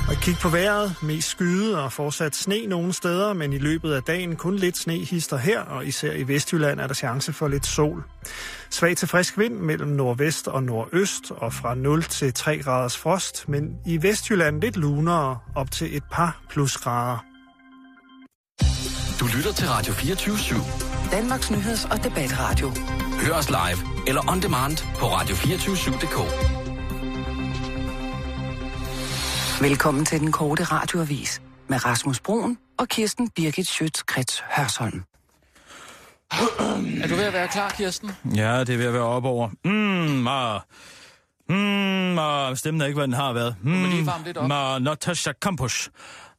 Og kig på vejret, mest skyde og fortsat sne nogle steder, men i løbet af dagen kun lidt sne hister her, og især i Vestjylland er der chance for lidt sol. Svag til frisk vind mellem nordvest og nordøst, og fra 0 til 3 graders frost, men i Vestjylland lidt lunere, op til et par plusgrader. Du lytter til Radio 24/7. Danmarks nyheds- og debatradio. Hør os live eller on demand på radio247.dk. Velkommen til den korte radioavis med Rasmus Broen og Kirsten Birgit Schøtz-Krets Hørsholm. Er du ved at være klar, Kirsten? Ja, det er ved at være op over. Stemmen er ikke, hvad den har været. Du må lige varme lidt op. Natasha Kampusch.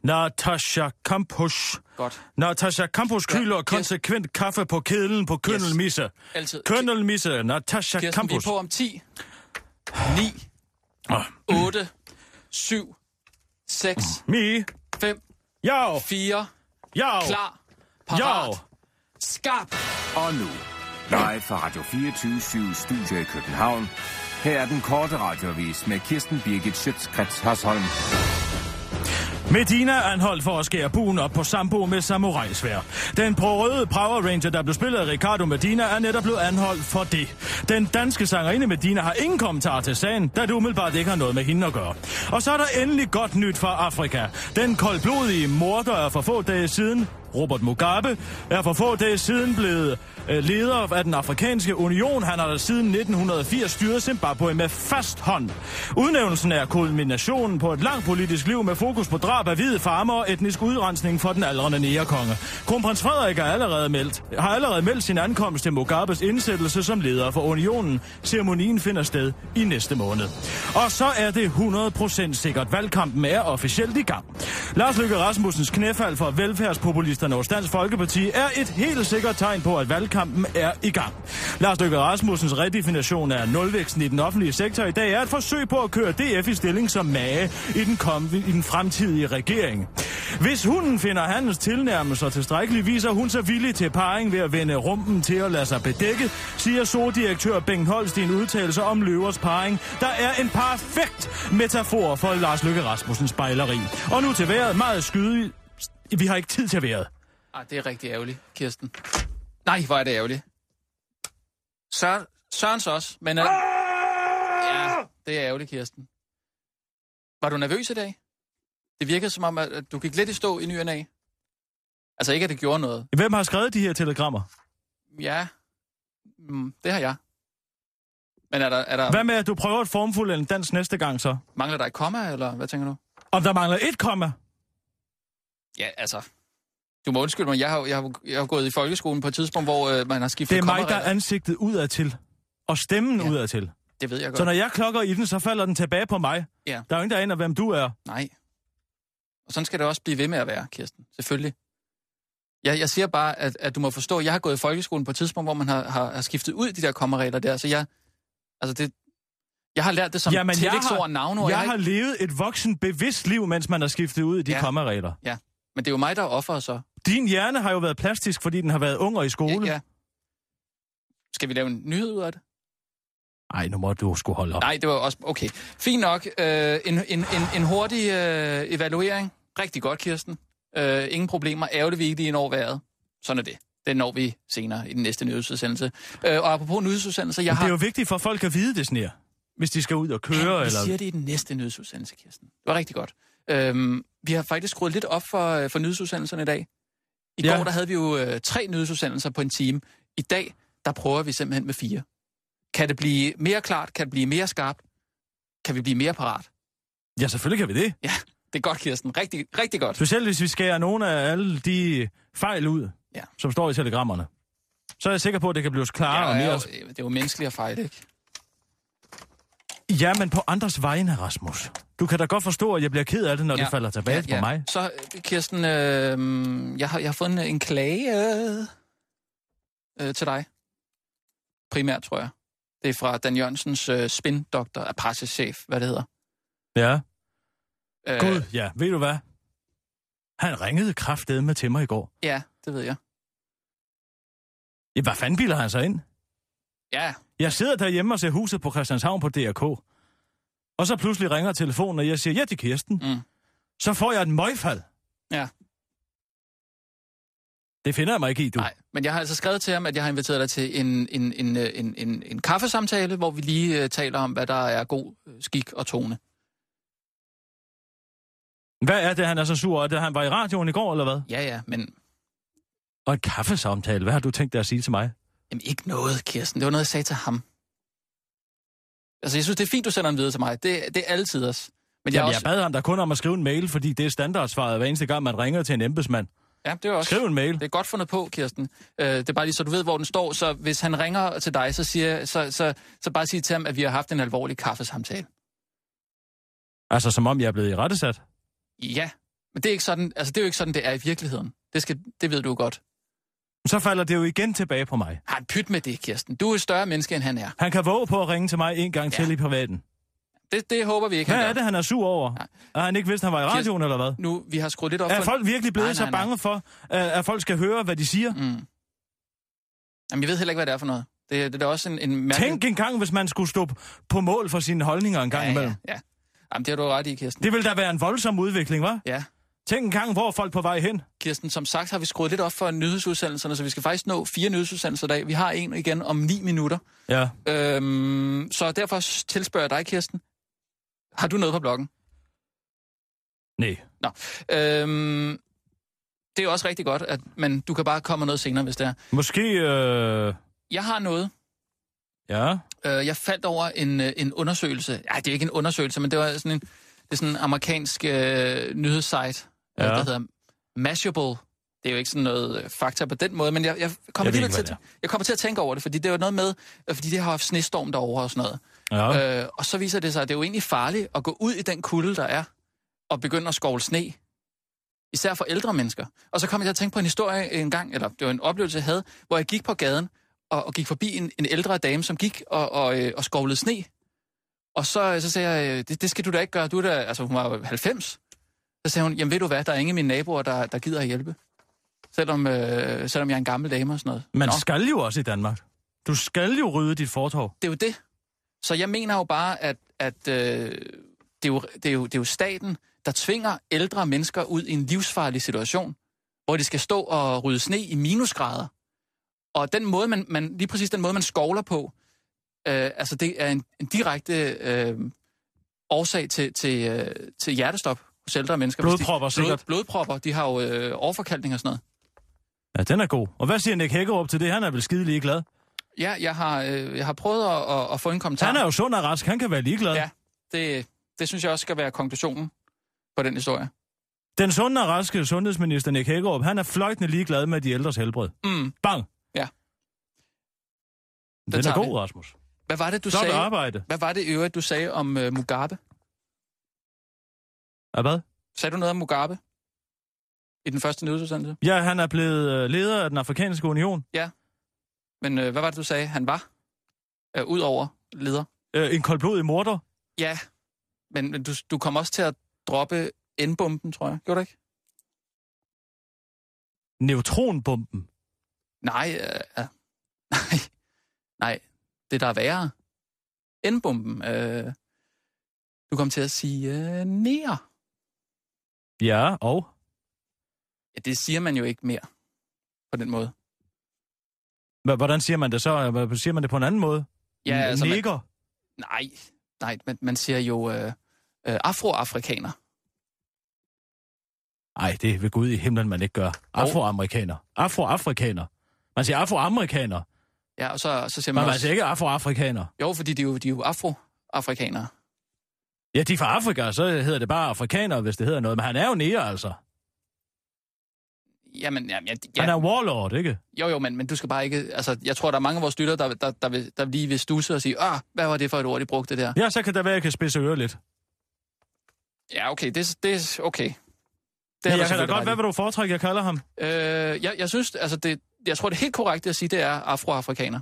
Godt. Natasha Kampusch kyler konsekvent kaffe på kedlen på køndelmisse. Yes. Altid. Køndelmisse, Natasha Kirsten, Kampusch. vi er på om 10, 9, 8, 7, 6, 5, 4, klar, parat, skarp. Og nu, live fra Radio 24/7 Studio i København. Her er den korte radioavis med Kirsten Birgit Schøtz-Krets Hørsholm. Medina er anholdt for at skære buen op på Sambo med samurajsværd. Den røde Power Ranger, der blev spillet af Ricardo Medina, er netop blevet anholdt for det. Den danske sangerinde Medina har ingen kommentar til sagen, da det umiddelbart ikke har noget med hende at gøre. Og så er der endelig godt nyt fra Afrika. Den koldblodige morder er for få dage siden, Robert Mugabe, er for få dage siden blevet leder af den afrikanske union. Han har siden 1980 styret Zimbabwe med fast hånd. Udnævnelsen er kulminationen på et langt politisk liv med fokus på drab af hvide farmer og etnisk udrensning for den aldrende negerkonge. Kronprins Frederik har allerede meldt sin ankomst til Mugabes indsættelse som leder for unionen. Ceremonien finder sted i næste måned. Og så er det 100% sikkert. Valgkampen er officielt i gang. Lars Løkke Rasmussens knæfald for velfærdspopulisterne hos Dansk Folkeparti er et helt sikkert tegn på, at valgkampen er i gang. Lars Løkke Rasmussens redefinition af nulvæksten i den offentlige sektor i dag er et forsøg på at køre DF i stilling som mage i den fremtidige regering. Hvis hunden finder hans tilnærmelser tilstrækkeligt, viser hun sig villig til parring ved at vende rumpen til at lade sig bedække, siger så-direktør Bengt Holst i en udtalelse om løvers parring, der er en perfekt metafor for Lars Løkke Rasmussens spejleri. Og nu til vejret, meget skyde. Vi har ikke tid til vejret. Det er rigtig ærgerligt, Kirsten. Nej, hvor er det ærgerligt. Sørens også, men... Ja, det er ærgerligt, Kirsten. Var du nervøs i dag? Det virkede som om, at du gik lidt i stå i ny og næ. Altså ikke, at det gjorde noget. Hvem har skrevet de her telegrammer? Ja, det har jeg. Men er der... Hvad med, at du prøver et formfuldt eller en dans næste gang så? Mangler der et komma, eller hvad tænker du? Om der mangler et komma? Ja, altså... Du må undskylde mig, jeg har gået i folkeskolen på et tidspunkt, hvor man har skiftet kommaregler. Det er mig, der er ansigtet udadtil. Og stemmen udadtil. Det ved jeg godt. Så når jeg klokker i den, så falder den tilbage på mig. Ja. Der er jo ingen, der aner, hvem du er. Nej. Og sådan skal det også blive ved med at være, Kirsten. Selvfølgelig. Jeg siger bare, at du må forstå, at jeg har gået i folkeskolen på et tidspunkt, hvor man har skiftet ud de der kommaregler der. Så jeg har lært det som tillægsord og navn. Jeg har levet et voksen bevidst liv, mens man har skiftet ud i de kommaregler. Ja, men det er jo mig, der er offeret så. Din hjerne har jo været plastisk, fordi den har været ung og i skole. Ja. Skal vi lave en nyhed ud af det? Nej, nu må du sgu holde op. Nej, det var også... Okay. Fint nok. En hurtig evaluering. Rigtig godt, Kirsten. Ingen problemer. Ærgerligt, vi ikke lige når vejret. Sådan er det. Det når vi senere i den næste nyhedsudsendelse. Og apropos nyhedsudsendelse, det er jo vigtigt for folk at vide det sådan her, hvis de skal ud og køre. Ja, vi eller... siger det i den næste nyhedsudsendelse, Kirsten. Det var rigtig godt. Vi har faktisk skruet lidt op for nyhedsudsendelserne i dag. I går, der havde vi jo 3 nyhedsudsendelser på en time. I dag, der prøver vi simpelthen med 4. Kan det blive mere klart? Kan det blive mere skarpt? Kan vi blive mere parat? Ja, selvfølgelig kan vi det. Ja, det er godt, Kirsten. Rigtig, rigtig godt. Specielt hvis vi skærer nogle af alle de fejl ud, som står i telegrammerne. Så er jeg sikker på, at det kan blive klarere og mere... Det er jo menneskeligt at fejle, ikke? Ja, men på andres vegne, Rasmus. Du kan da godt forstå, at jeg bliver ked af det, når det falder tilbage på mig. Så, Kirsten, jeg har fået en klage til dig. Primært, tror jeg. Det er fra Dan Jørgensens spindoktor, pressechef, hvad det hedder. Ja. Gud, ja. Ved du hvad? Han ringede kraftedeme til mig i går. Ja, det ved jeg. Ja, hvad fanden bilder han sig ind? Ja. Jeg sidder derhjemme og ser Huset på Christianshavn på DRK. Og så pludselig ringer telefonen, og jeg siger, ja, det er Kirsten. så får jeg et møgfald. Ja. Det finder jeg mig ikke i, du. Nej, men jeg har altså skrevet til ham, at jeg har inviteret dig til en kaffesamtale, hvor vi lige taler om, hvad der er god skik og tone. Hvad er det, han er så sur? Er det, han var i radioen i går, eller hvad? Ja, men... Og en kaffesamtale. Hvad har du tænkt dig at sige til mig? Jamen ikke noget, Kirsten. Det var noget, jeg sagde til ham. Altså, jeg synes, det er fint, du sender den videre til mig. Det er altid os. Men jeg bad ham der kun om at skrive en mail, fordi det er standardsvaret hver eneste gang, man ringer til en embedsmand. Ja, det er også... Skriv en mail. Det er godt fundet på, Kirsten. Det er bare lige, så du ved, hvor den står. Så hvis han ringer til dig, så bare sig til ham, at vi har haft en alvorlig kaffesamtale. Altså, som om jeg er blevet irettesat? Ja, men det er ikke sådan, altså, det er jo ikke sådan, det er i virkeligheden. Det ved du godt. Så falder det jo igen tilbage på mig. Han pyt med det, Kirsten. Du er et større menneske, end han er. Han kan våge på at ringe til mig en gang til i privaten. Det håber vi ikke, Hvad er det, han er sur over? Ja. Er han ikke vidst, han var i radioen, eller hvad? Nu, vi har skruet lidt op for... Er folk virkelig blevet så bange for, at folk skal høre, hvad de siger? Jamen, jeg ved heller ikke, hvad det er for noget. Det er også en mærkelig... Tænk engang, hvis man skulle stå på mål for sine holdninger en gang imellem. Ja. Jamen, det har du ret i, Kirsten. Det vil da være en voldsom udvikling, hva'? Ja. Tænk engang, hvor er folk på vej hen? Kirsten, som sagt har vi skruet lidt op for nyhedsudsendelserne, så vi skal faktisk nå 4 nyhedsudsendelser i dag. Vi har en igen om 9 minutter. Ja. Så derfor tilspørger jeg dig, Kirsten. Har du noget på bloggen? Nej. Nå. Det er også rigtig godt, men du kan bare komme noget senere, hvis det er. Måske... Jeg har noget. Ja. Jeg faldt over en undersøgelse. Ja, det er ikke en undersøgelse, men det var sådan en amerikansk nyhedssite, der hedder Mashable. Det er jo ikke sådan noget fakta på den måde, men jeg kommer til at tænke over det, fordi det er jo noget med, fordi det har haft snestorm derovre og sådan noget. Ja. Og så viser det sig, at det er jo egentlig farligt at gå ud i den kulde, der er, og begynde at skovle sne. Især for ældre mennesker. Og så kom jeg til at tænke på en historie en gang, eller det var en oplevelse, jeg havde, hvor jeg gik på gaden, og gik forbi en ældre dame, som gik og skovlede sne. Og så sagde jeg, det skal du da ikke gøre, du er da, altså hun var 90. Så sagde hun, jamen ved du hvad, der er ingen af mine naboer, der gider at hjælpe. Selvom jeg er en gammel dame og sådan noget. Man skal jo også i Danmark. Du skal jo rydde dit fortov. Det er jo det. Så jeg mener jo bare, at det er jo staten, der tvinger ældre mennesker ud i en livsfarlig situation, hvor de skal stå og rydde sne i minusgrader. Og den måde, lige præcis den måde, man skovler på, altså det er en direkte årsag til hjertestop hos ældre mennesker. Blodpropper, sikkert. Blodpropper, de har jo overforkalkning og sådan noget. Ja, den er god. Og hvad siger Nick Hækkerup til det? Han er vel skide ligeglad? Ja, jeg har prøvet at få en kommentar. Han er jo sund og rask, han kan være ligeglad. Ja, det synes jeg også skal være konklusionen på den historie. Den sunde og raske sundhedsminister Nick Hækkerup, han er fløjtende ligeglad med de ældres helbred. Bang! Ja. Den er god, Rasmus. Hvad var det, du sagde? Arbejde. Hvad var det i øvrigt, du sagde om Mugabe? Hvad? Sagde du noget om Mugabe? I den første nyhedsudsendelse? Ja, han er blevet leder af den afrikanske union. Ja. Men hvad var det, du sagde, han var? Udover leder? En koldblodig morder. Ja, men du kom også til at droppe N-bomben, tror jeg. Gjorde du ikke? Neutronbomben? Nej, nej. Det, der er værre. N-bomben. Du kom til at sige nære. Ja, og? Ja, det siger man jo ikke mere på den måde. Hvordan siger man det så? Siger man det på en anden måde? Ja, altså neger? Nej, man siger jo afroafrikaner. Nej, det vil Gud i himlen, man ikke gør. Afroamerikaner. Afroafrikaner. Man siger afroamerikaner. Ja, og så siger man også... Man siger ikke afroafrikaner. Jo, fordi de er jo afroafrikanere. Ja, de er fra Afrika, så hedder det bare afrikanere, hvis det hedder noget. Men han er jo nære, altså. Jamen, ja. Han er warlord, ikke? Jo, men du skal bare ikke... Altså, jeg tror, der er mange af vores lyttere, der lige vil stusse og sige, hvad var det for et ord, de brugte der? Ja, så kan det være, at jeg kan spidse ører lidt. Ja, okay, det er okay. Men jeg kan da godt, hvad vil du foretrække, jeg kalder ham? Jeg synes, altså, jeg tror, det er helt korrekt at sige, det er afroafrikaner.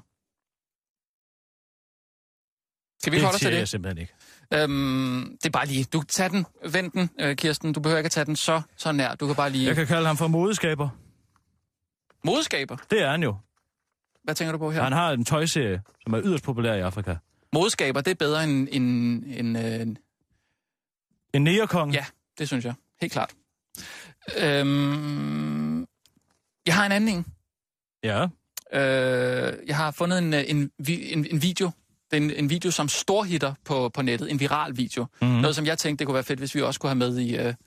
Skal vi holde os til det? Det siger jeg simpelthen ikke. Det er bare lige... Du tager den, vend den, Kirsten. Du behøver ikke at tage den så nær. Du kan bare lige... Jeg kan kalde ham for modeskaber. Modeskaber? Det er han jo. Hvad tænker du på her? Han har en tøjserie, som er yderst populær i Afrika. Modeskaber, det er bedre end... En negerkong? Ja, det synes jeg. helt klart. Jeg har en anden en. Ja. Jeg har fundet en video. Det er en video, som storhitter på nettet. En viral video. Mm-hmm. Noget, som jeg tænkte, det kunne være fedt, hvis vi også kunne have med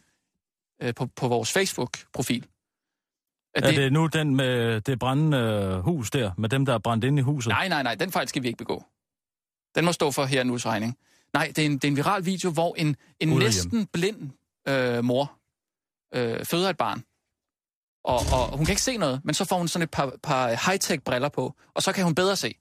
i på vores Facebook-profil. Er det nu den med det brændende hus der? Med dem, der er brændt inde i huset? Nej. Den fejl skal vi ikke begå. Den må stå for her nu's regning. Nej, det er en viral video, hvor en næsten blind mor føder et barn. Og hun kan ikke se noget, men så får hun sådan et par high-tech briller på, og så kan hun bedre se.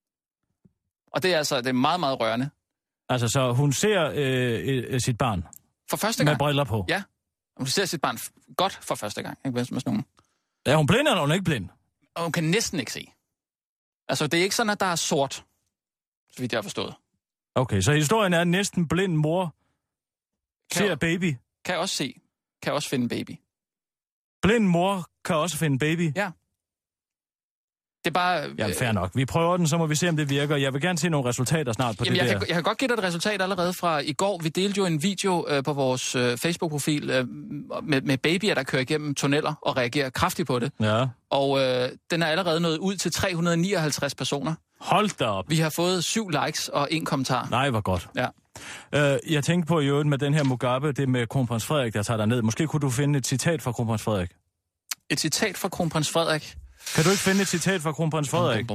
Og det er meget, meget rørende. Altså, så hun ser sit barn? For første gang. Med briller på? Ja. Hun ser sit barn godt for første gang. Ikke? Med sådan nogen. Er hun blind, eller hun ikke blind? Og hun kan næsten ikke se. Altså, det er ikke sådan, at der er sort, så vidt jeg har forstået. Okay, så historien er, at næsten blind mor ser baby? Kan også finde baby. Blind mor kan også finde baby? Ja. Det er bare... Ja, fair nok. Vi prøver den, så må vi se, om det virker. Jeg vil gerne se nogle resultater snart på det der. Jeg kan godt give dig et resultat allerede fra i går. Vi delte jo en video på vores Facebook-profil med babyer, der kører igennem tunneller og reagerer kraftigt på det. Ja. Og den er allerede nået ud til 359 personer. Hold da op. Vi har fået 7 likes og 1 kommentar. Nej, hvor godt. Ja. Jeg tænkte på i øvrigt med den her Mugabe, det med kronprins Frederik, der tager dig ned. Måske kunne du finde et citat fra kronprins Frederik? Et citat fra kronprins Frederik? Kan du ikke finde et citat fra kronprins Frederik?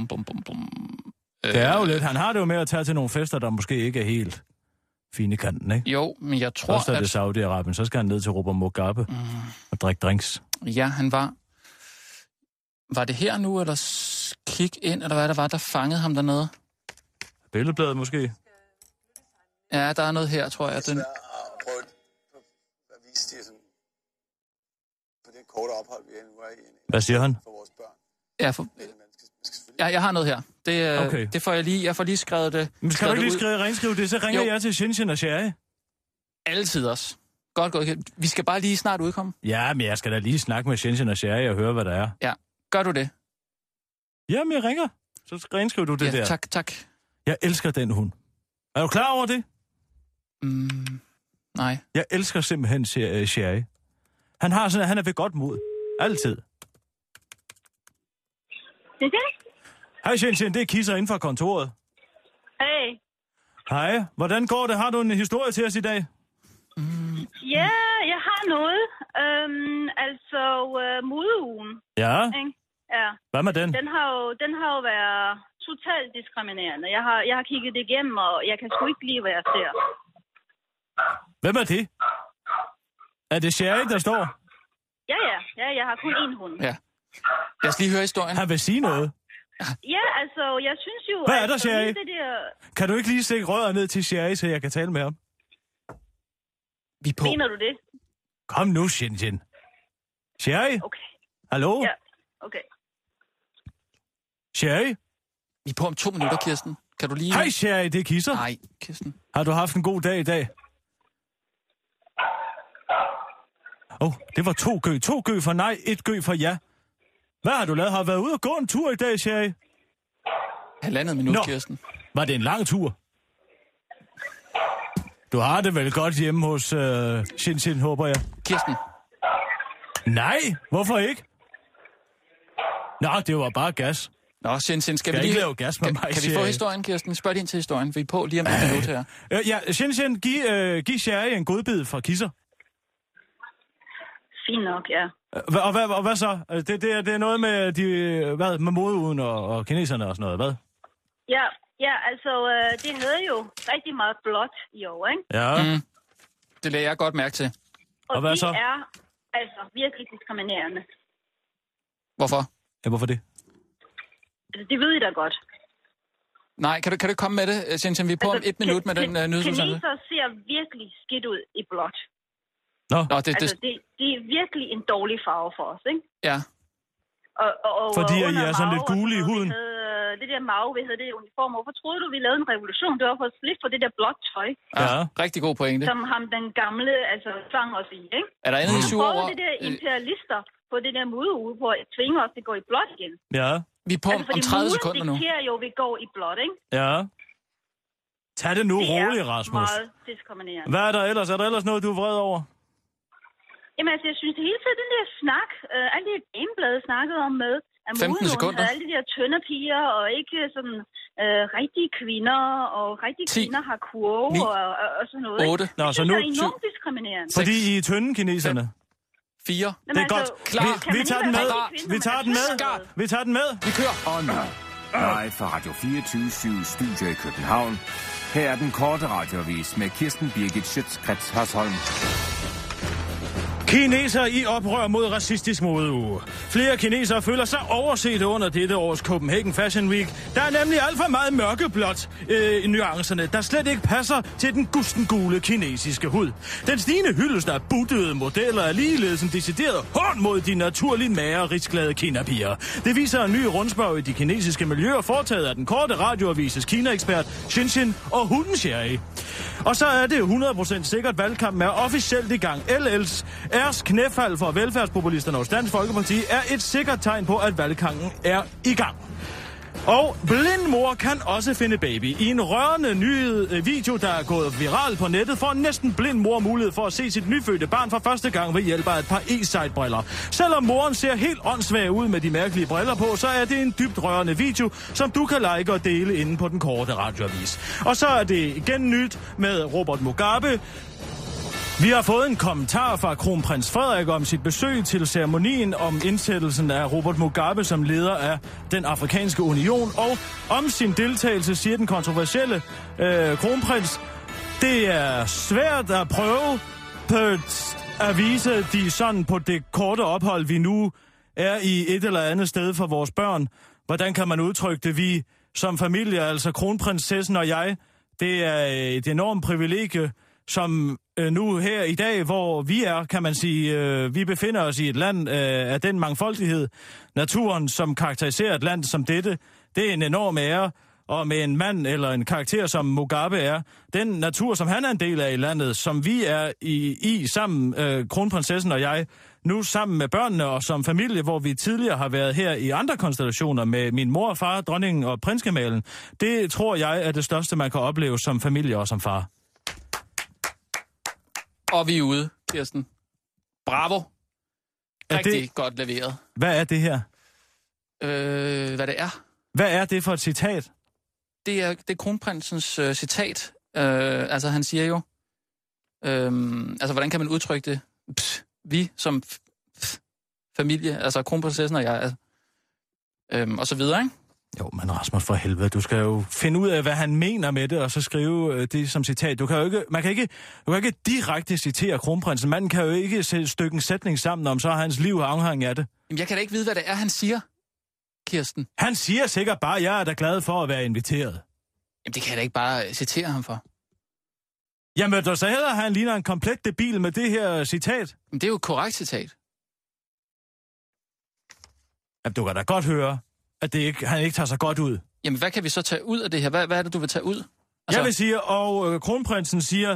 Det er jo lidt. Han har det jo med at tage til nogle fester, der måske ikke er helt fine i kanten, ikke? Jo, men jeg tror, først er det Saudi-Arabien, så skal han ned til Robert Mugabe og drikke drinks. Ja, han var... Var det her nu, eller kig ind, eller hvad der var, der fangede ham dernede? Billedbladet måske? Ja, der er noget her, tror jeg. Den... Jeg har prøvet at vise det sådan, på det korte ophold, vi nu er i. Hvad siger han? For vores børn. Ja, jeg har noget her. Det får jeg lige. Jeg får lige skrevet det. Men skal du ikke lige renskrive det? Så ringer jeg til Xinjiang og Sherry. Altid også. Godt. Vi skal bare lige snart udkomme. Ja, men jeg skal da lige snakke med Xinjiang og Sherry og høre, hvad der er. Ja, gør du det? Jamen, jeg ringer. Så renskriver du det der. Tak. Jeg elsker den hund. Er du klar over det? Nej. Jeg elsker simpelthen Sherry. Han er ved godt mod. Altid. Hej, Shenzhen, det er Kisser inden for kontoret. Hej. Hej, hvordan går det? Har du en historie til os i dag? Ja, jeg har noget. Modeugen. Ja? Ja. Hvad med den? Den har jo været totalt diskriminerende. Jeg har kigget det igennem, og jeg kan sgu ikke lide, hvad jeg ser. Hvem er det? Er det Sherry, der står? Ja, jeg har kun én hund. Ja. Lad os lige høre historien. Han vil sige noget. Ja, altså, jeg synes jo... Hvad er der, Sherry? Det der... Kan du ikke lige stikke røret ned til Sherry, så jeg kan tale med ham? Mener du det? Kom nu, Shenzhen. Sherry? Okay. Hallo? Ja, okay. Sherry? Vi er på om 2 minutter, Kirsten. Kan du lige... Hej, Sherry, det er Kisser. Nej, Kirsten. Har du haft en god dag i dag? Det var 2 gø. 2 gø for nej, 1 gø for ja. Hvad har du lavet? Har du været ude og gå en tur i dag, Sherry? 1,5 minut, Kirsten. Var det en lang tur? Du har det vel godt hjemme hos Shin, håber jeg. Kirsten. Nej, hvorfor ikke? Nå, det var bare gas. Nå, Shin, skal vi lige lave gas med mig, Kan vi få historien, Kirsten? Spørg ind til historien. Vi er på lige om 1 minut her. Ja, Shin, giv Sherry en godbid fra Kisser. Fint nok, ja. Og hvad så? Det er noget med med modeugen og kineserne og sådan noget, hvad? Ja, altså, det havde jo rigtig meget blåt i år, ikke? Ja. Det lagde jeg godt mærke til. Og hvad så? det er altså virkelig diskriminerende. Hvorfor? Ja, hvorfor det? Altså, det ved I da godt. Nej, kan du ikke komme med det, Shenzhen? Vi er på om 1 minut med den nyhedsudsendelse. Kineser ser virkelig skidt ud i blåt. Nå, det er virkelig en dårlig farve for os, ikke? Ja. Fordi I er sådan lidt gule i huden? Det der mave, vi havde det uniform. Hvorfor troede du, vi lavede en revolution? Det var for at slippe for det der blåt tøj. Ja, rigtig god pointe. Som ham den gamle, tvang os i, ikke? Er der andet sur over? Det der imperialister på det der modeuge på at tvinge os til at gå i blåt igen. Ja. Vi er på om 30 sekunder nu. Fordi moden jo, vi går i blåt, ikke? Ja. Tag det nu roligt, Rasmus. Det er meget diskriminerende. Hvad er der ellers? Er der ellers noget, du er vred over? Jamen altså, jeg synes det hele tiden, den der snak, alle de dameblade snakkede om med, at 15 sekunder. alle de der tynde piger, og ikke sådan rigtige kvinder, og rigtige 10, kvinder har kurve 9, og sådan noget. 8. Nå, så nu... Det er enormt diskriminerende. Fordi I er tynde, kineserne. 4. Det er godt. Klar. Vi tager den med. Vi tager den med. Vi tager den med. Vi kører. Og nu, live fra Radio 24/7 Studio i København. Her er den korte radioavis med Kirsten Birgit Schøtz-Krets Hasholm. Kineser i oprør mod racistisk modeuge. Flere kinesere føler sig overset under dette års Copenhagen Fashion Week. Der er nemlig alt for meget mørkeblåt i nuancerne, der slet ikke passer til den gustengule kinesiske hud. Den stigende hyldest af buttede modeller er ligeledes en decideret hån mod de naturligt magre, rigsglade kinapiger. Det viser en ny rundspørg i de kinesiske miljøer, foretaget af den korte radioavises Kina-ekspert Xinxin og Hunden Sherry. Og så er det 100% sikkert, valgkampen er officielt i gang. LL's knæfald for velfærdspopulisterne hos Dansk Folkeparti er et sikkert tegn på, at valgkampen er i gang. Og blind mor kan også finde baby. I en rørende ny video, der er gået viral på nettet, får næsten blind mor mulighed for at se sit nyfødte barn for første gang ved hjælp af et par e-sight-briller. Selvom moren ser helt åndssvag ud med de mærkelige briller på, så er det en dybt rørende video, som du kan like og dele inde på den korte radioavis. Og så er det igen nyt med Robert Mugabe. Vi har fået en kommentar fra kronprins Frederik om sit besøg til ceremonien om indsættelsen af Robert Mugabe som leder af den afrikanske union, og om sin deltagelse siger den kontroversielle kronprins, det er svært at prøve at vise de sådan på det korte ophold, vi nu er i et eller andet sted for vores børn. Hvordan kan man udtrykke det? Vi som familie, altså kronprinsessen og jeg, det er et enormt privilegie, som nu her i dag, hvor vi er, kan man sige, vi befinder os i et land af den mangfoldighed. Naturen, som karakteriserer et land som dette, det er en enorm ære, og med en mand eller en karakter, som Mugabe er, den natur, som han er en del af i landet, som vi er i sammen, kronprinsessen og jeg, nu sammen med børnene og som familie, hvor vi tidligere har været her i andre konstellationer med min mor og far, dronningen og prinsgemalen, det tror jeg er det største, man kan opleve som familie og som far. Og vi er ude, Kirsten. Bravo. Rigtig godt leveret. Hvad er det her? Hvad det er? Hvad er det for et citat? Det er kronprinsens citat. Altså, han siger jo... altså, hvordan kan man udtrykke det? Vi som familie, altså kronprinsessen og jeg, og så videre, ikke? Jo, men Rasmus, for helvede, du skal jo finde ud af, hvad han mener med det, og så skrive det som citat. Du kan ikke direkte citere kronprinsen. Manden kan jo ikke stykke en sætning sammen, om så hans liv afhængig af det. Jamen, jeg kan da ikke vide, hvad det er, han siger, Kirsten. Han siger sikkert bare, at jeg er da glad for at være inviteret. Jamen, det kan jeg da ikke bare citere ham for. Jamen, så hedder han ligner en komplet debil med det her citat. Men det er jo et korrekt citat. Jamen, du kan da godt høre, at han ikke tager sig godt ud. Jamen, hvad kan vi så tage ud af det her? Hvad er det, du vil tage ud? Altså... Jeg vil sige, og kronprinsen siger...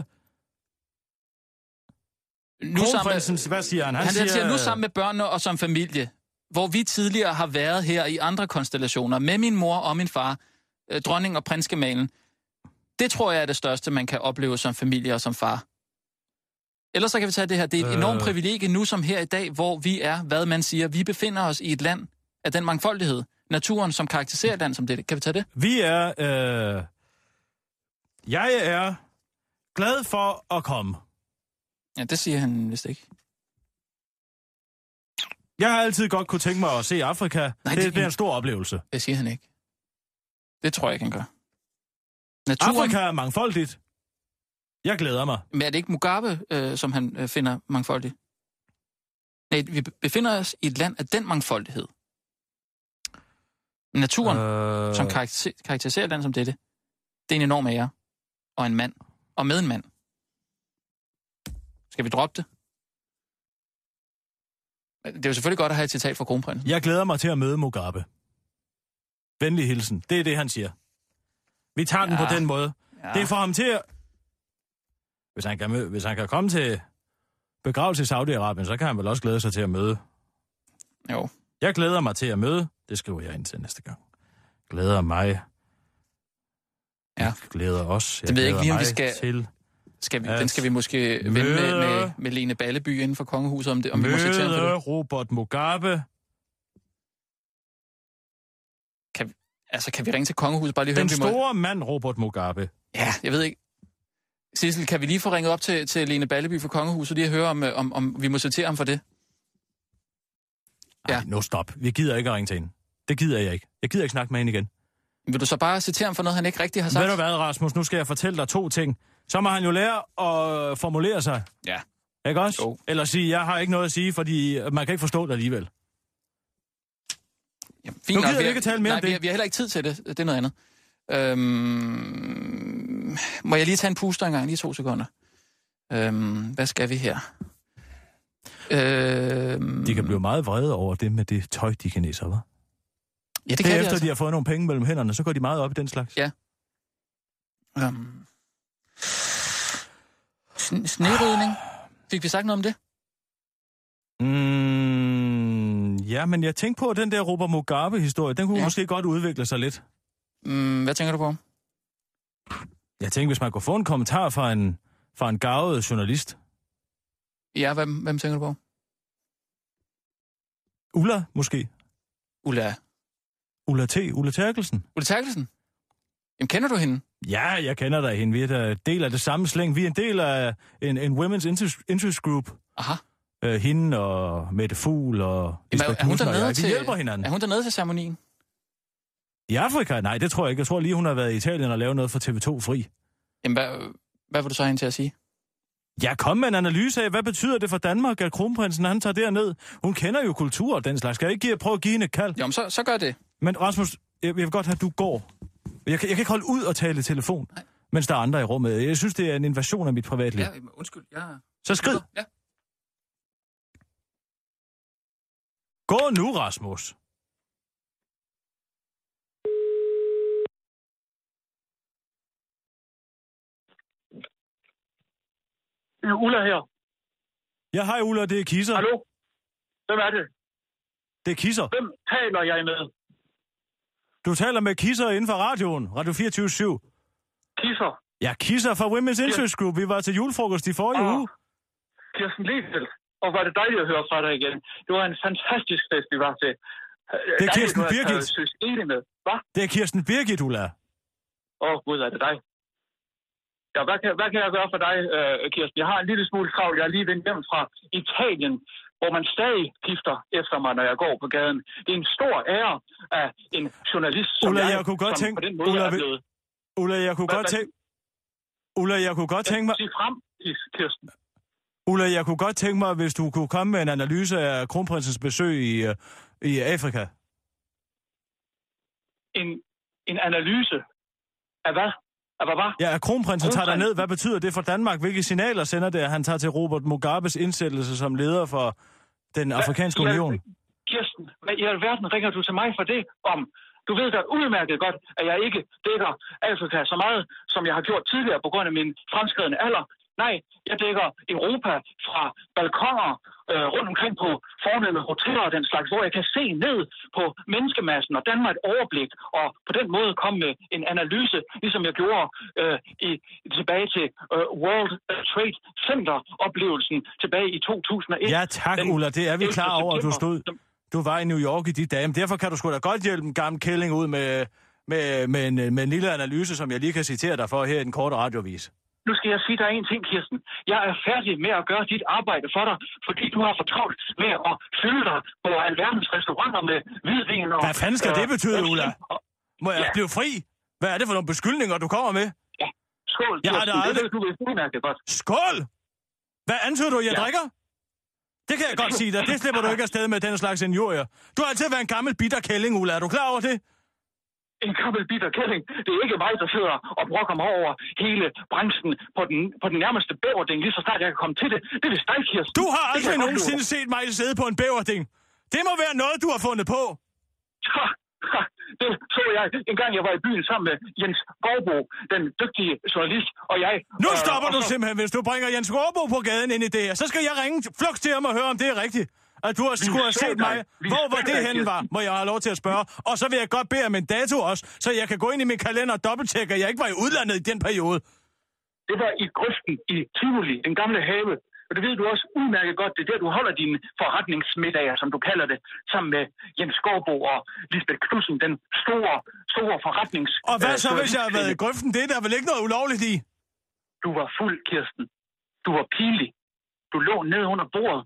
Hvad siger han? Han siger, nu sammen med børnene og som familie, hvor vi tidligere har været her i andre konstellationer, med min mor og min far, dronning og prinsgemalen. Det tror jeg er det største, man kan opleve som familie og som far. Ellers så kan vi tage det her. Det er et enormt privilegie nu som her i dag, hvor vi er, hvad man siger. Vi befinder os i et land af den mangfoldighed. Naturen, som karakteriserer et land som det. Kan vi tage det? Vi er... Jeg er glad for at komme. Ja, det siger han vist ikke. Jeg har altid godt kunne tænke mig at se Afrika. Nej, det bliver en stor oplevelse. Det siger han ikke. Det tror jeg ikke, han gør. Naturen... Afrika er mangfoldigt. Jeg glæder mig. Men er det ikke Mugabe, som han finder mangfoldigt? Nej, vi befinder os i et land af den mangfoldighed. Naturen, som karakteriserer et land som dette, det er en enorm ære. Og en mand. Og med en mand. Skal vi droppe det? Det er jo selvfølgelig godt at have et citat fra kronprinsen. Jeg glæder mig til at møde Mugabe. Venlig hilsen. Det er det, han siger. Vi tager den på den måde. Ja. Det er for ham til at... Hvis han kan komme til begravelse i Saudi-Arabien, så kan han vel også glæde sig til at møde. Jo. Jeg glæder mig til at møde. Det skriver jeg ind til næste gang. Glæder mig. Ja. Jeg glæder os. Jeg det ved ikke lige, om vi skal... til Den skal vi måske vende med Lene Balleby inden for kongehuset, om vi må citere for det. Robert Mugabe. Kan vi ringe til kongehuset? Bare lige Den store mand, Robert Mugabe. Ja, jeg ved ikke. Sissel, kan vi lige få ringet op til Lene Balleby fra kongehuset, lige at høre, om vi må citere ham for det? Ja. Nu stop. Vi gider ikke at ringe til hende. Det gider jeg ikke. Jeg gider ikke snakke med hende igen. Vil du så bare citere ham for noget, han ikke rigtig har sagt? Ved du hvad, Rasmus? Nu skal jeg fortælle dig 2 ting. Så må han jo lære at formulere sig. Ja. Ikke også? Jo. Eller sige, jeg har ikke noget at sige, fordi man kan ikke forstå det alligevel. Jamen, fint, nu gider vi ikke tale mere om det. Vi har heller ikke tid til det. Det er noget andet. Må jeg lige tage en puster en gang? Lige 2 sekunder. Hvad skal vi her? De kan blive meget vrede over det med det tøj, de kineser, hva'? Ja, det kan efter de har fået nogle penge mellem hænderne, så går de meget op i den slags. Ja. Snerydning. Fik vi sagt noget om det? Ja, men jeg tænkte på, at den der Robert Mugabe-historie, den kunne måske godt udvikle sig lidt. Hvad tænker du på? Jeg tænkte, hvis man kunne få en kommentar fra en garvet journalist. Ja, hvem tænker du på? Ulla, måske. Ulla Terkelsen. Ulla Terkelsen? Jamen, kender du hende? Ja, jeg kender dig hende. Vi er en del af det samme slæng. Vi er en del af en women's interest group. Aha. Hende og Mette Fugl og... Er hun dernede til... Vi hjælper hinanden. Er hun dernede til ceremonien? I Afrika? Nej, det tror jeg ikke. Jeg tror lige, hun har været i Italien og lavet noget for TV2 Fri. Jamen, hvad vil du så have hende til at sige? Ja, kom med en analyse af, hvad betyder det for Danmark, at kronprinsen han tager derned? Hun kender jo kultur og den slags. Skal jeg ikke prøve at give hende et kald? Jamen, så gør det. Men Rasmus, jeg vil godt have, at du går. Jeg kan ikke holde ud og tale i telefon, mens der er andre i rummet. Jeg synes, det er en invasion af mit privatliv. Ja, undskyld. Så skrid. Ja. Gå nu, Rasmus. Ulla her. Ja, hej Ulla, det er Kisser. Hallo? Hvem er det? Det er Kisser. Hvem taler jeg med? Du taler med Kisser inden for radioen, Radio 24/7. Kisser? Ja, Kisser fra Women's Interest Group. Vi var til julefrokost i forrige uge. Kirsten Lehfeldt. Og var det dejligt at høre fra dig igen. Det var en fantastisk fest, vi var til. Det er Kirsten Birgit. Hvad? Det er Kirsten Birgit, Ulla. Gud, er det dig? Ja, hvad kan jeg gøre for dig, Kirsten? Jeg har en lille smule travlt. Jeg er lige vendt hjem fra Italien, hvor man stadig gifter efter mig, når jeg går på gaden. Det er en stor ære af en journalist, som Ulla, jeg kunne godt tænke... på den måde er blevet... Ulla, jeg kunne godt tænke... Ulla, jeg kunne godt tænke mig... Sig frem, Kirsten. Ulla, jeg kunne godt tænke mig, hvis du kunne komme med en analyse af kronprinsens besøg i Afrika. En analyse af hvad? Ja, at kronprinsen tager derned. Hvad betyder det for Danmark? Hvilke signaler sender det, at han tager til Robert Mugabes indsættelse som leder for den afrikanske union? Kirsten, hvad i alverden ringer du til mig for det om? Du ved da udmærket godt, at jeg ikke dækker Afrika så meget, som jeg har gjort tidligere på grund af min fremskredne alder. Nej, jeg dækker Europa fra balkoner rundt omkring på fornemme hoteller og den slags, hvor jeg kan se ned på menneskemassen og danne mig et overblik, og på den måde komme med en analyse, ligesom jeg gjorde tilbage til World Trade Center-oplevelsen tilbage i 2001. Ja tak, Ulla, det er vi klar over, at du stod. Du var i New York i de dage, men derfor kan du sgu da godt hjælpe en gammel kælling ud med en lille analyse, som jeg lige kan citere dig for her i den korte radiovis. Nu skal jeg sige dig en ting, Kirsten. Jeg er færdig med at gøre dit arbejde for dig, fordi du har for travlt med at fylde dig på alverdens restauranter med hvidvin og... Hvad fanden skal det betyde, Ulla? Må jeg blive fri? Hvad er det for nogle beskyldninger, du kommer med? Ja, skål, Kirsten. Jeg har det aldrig... Det ved du udmærket godt. Skål! Hvad antyder du, jeg drikker? Det kan jeg godt sige dig. Det slipper du ikke afsted med, den slags injurier. Du har altid været en gammel bitter kælling, Ulla. Er du klar over det? En gammel bitter kælling. Det er ikke mig, der sidder og brokker mig over hele branchen på den nærmeste bæverding, lige så snart jeg kan komme til det. Det er dig, Kirsten. Du har aldrig nogensinde set mig sidde på en bæverding. Det må være noget, du har fundet på. Det så jeg en gang, jeg var i byen sammen med Jens Gårdbo, den dygtige journalist, og jeg... Nu stopper du simpelthen, hvis du bringer Jens Gårdbo på gaden ind i det her. Så skal jeg ringe fluks til ham og høre, om det er rigtigt. At du skulle have set mig. Hvor var det henne var, må jeg have lov til at spørge. Og så vil jeg godt bede om en dato også, så jeg kan gå ind i min kalender og dobbelttjekke, at jeg ikke var i udlandet i den periode. Det var i grøften i Tivoli, den gamle have. Og det ved du også udmærket godt. Det er der, du holder dine forretningsmiddager, som du kalder det, sammen med Jens Skovbo og Lisbeth Knudsen, den store forretnings... Og hvad så, hvis jeg har været i grøften? Det er der vel ikke noget ulovligt i? Du var fuld, Kirsten. Du var pinlig. Du lå ned under bordet.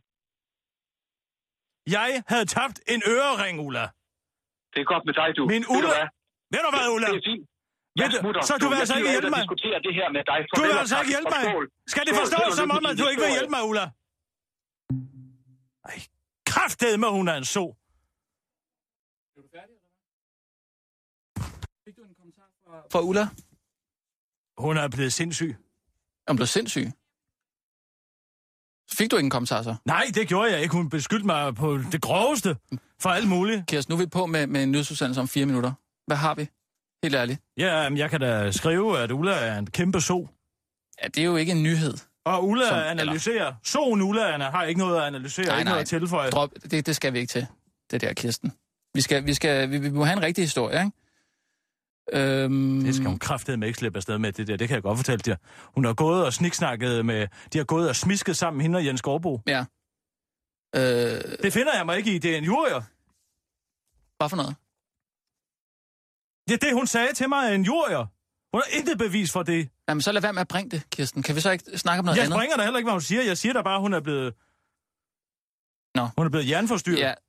Jeg havde tabt en ørering, Ulla. Det er godt med dig, du. Min Ulla... Ved du hvad, Ulla? Det er fint. Så du vil altså ikke hjælpe mig? Det her med dig. Du vil altså ikke hjælpe mig? Skal det forstås som om, at du ikke vil hjælpe mig, Ulla? Ej, kraftedme, hun er en så. Er du færdig, eller hvad? Fik du en kommentar fra Ulla? Hun er blevet sindssyg. Er hun blevet sindssyg? Fik du ikke en kommentar så? Nej, det gjorde jeg ikke. Hun beskyldte mig på det groveste for alt muligt. Kirsten, nu er vi på med en nyhedsudsendelse om 4 minutter. Hvad har vi? Helt ærligt. Ja, jeg kan da skrive, at Ulla er en kæmpe so. Ja, det er jo ikke en nyhed. Og Ulla analyserer. Soen Ullaerne har ikke noget at analysere, ikke noget at tilføje. Drop. Det skal vi ikke til, det der, Kirsten. Vi må have en rigtig historie, ikke? Det skal hun kraftedeme ikke slippe afsted med, det der. Det kan jeg godt fortælle dig. Hun har gået og sniksnakket med... De har gået og smisket sammen, hende og Jens Skovbo. Ja. Det finder jeg mig ikke i. Det er en jurier. Hvad for noget? Det er det, hun sagde til mig, en jurier. Hun har intet bevis for det. Jamen, så lad være med at bringe det, Kirsten. Kan vi så ikke snakke om noget andet? Jeg springer da heller ikke, hvad hun siger. Jeg siger da bare, hun er blevet... Hun er blevet hjerneforstyrret. Ja.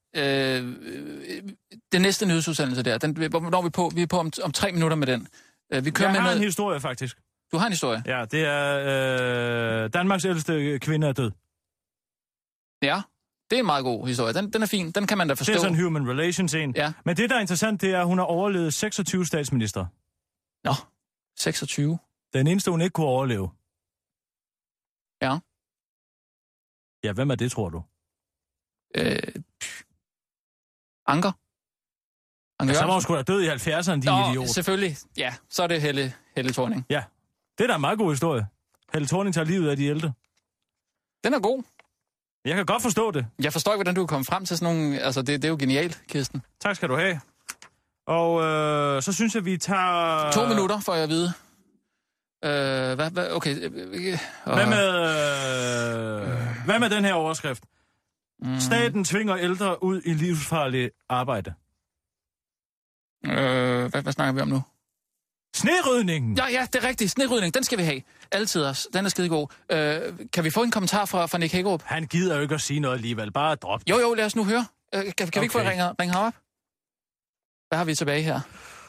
Den næste nyhedsudsendelse der, hvornår er vi på? Vi er på om 3 minutter med den. Vi kører jeg med har en historie, faktisk. Du har en historie? Ja, det er Danmarks ældste kvinde er død. Ja, det er en meget god historie. Den er fin, den kan man da forstå. Det er sådan en human relations en. Ja. Men det, der er interessant, det er, at hun har overlevet 26 statsminister. Nå, 26? Den eneste, hun ikke kunne overleve. Ja. Ja, hvem er det, tror du? Anker? Ja, så var hun sgu da død i 70'erne, din idiot. Selvfølgelig. Ja, så er det Helle Thorning. Ja, det er da en meget god historie. Helle Thorning tager livet af de ældre. Den er god. Jeg kan godt forstå det. Jeg forstår ikke, hvordan du er kommet frem til sådan nogle... Altså, det er jo genialt, Kirsten. Tak skal du have. Og så synes jeg, vi tager... 2 minutter, får jeg at vide. Okay. Hvad med den her overskrift? Staten tvinger ældre ud i livsfarligt arbejde. Hvad snakker vi om nu? Snerydningen! Ja, det er rigtigt. Snerydning, den skal vi have. Altid også. Den er skidegod. Kan vi få en kommentar fra Nick Hækkerup? Han gider jo ikke at sige noget alligevel. Bare drop. Jo, lad os nu høre. Kan vi ikke få ringe ham op? Hvad har vi tilbage her?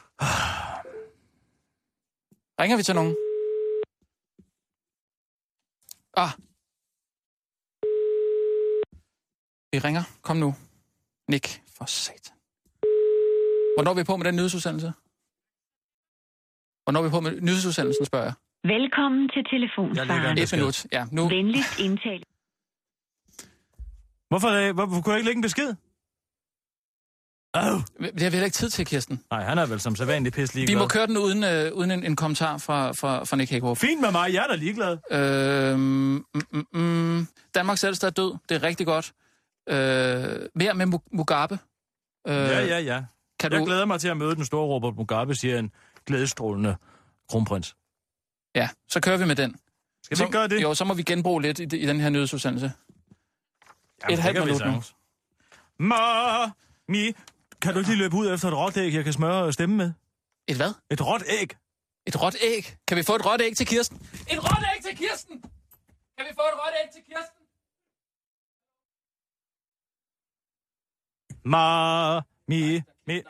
Ringer vi til nogen? Vi ringer. Kom nu. Nick, for satan. Hvornår er vi på med den nyhedsudsendelsen? Spørger jeg. Velkommen til telefonsvaren. 1 minut. Ja, nu. Venligst indtale. Hvorfor kunne jeg ikke lægge en besked? Det har vi heller ikke tid til, Kirsten. Nej, han er vel som sædvanlig pisse ligeglad. Vi må køre den uden en kommentar fra Nick Hækkerup. Fint med mig, jeg er da ligeglad. Danmarks ældste er død. Det er rigtig godt. Mere med Mugabe. Ja. Jeg glæder mig til at møde den store Robert Mugabe, siger en glædestrålende kronprins. Ja, så kører vi med den. Skal vi ikke gøre det? Jo, så må vi genbruge lidt i den her nyhedsudsendelse. Jamen, 1,5 minut nu. Mami, kan du ikke lige løbe ud efter et råt æg, jeg kan smøre stemme med? Et hvad? Et råt æg. Et råt æg? Kan vi få et råt æg til Kirsten? Et råt æg til Kirsten! Kan vi få et råt æg til Kirsten? Mami.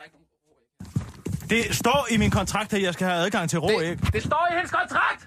Det står i min kontrakt, at jeg skal have adgang til rå æg. Det står i hendes kontrakt!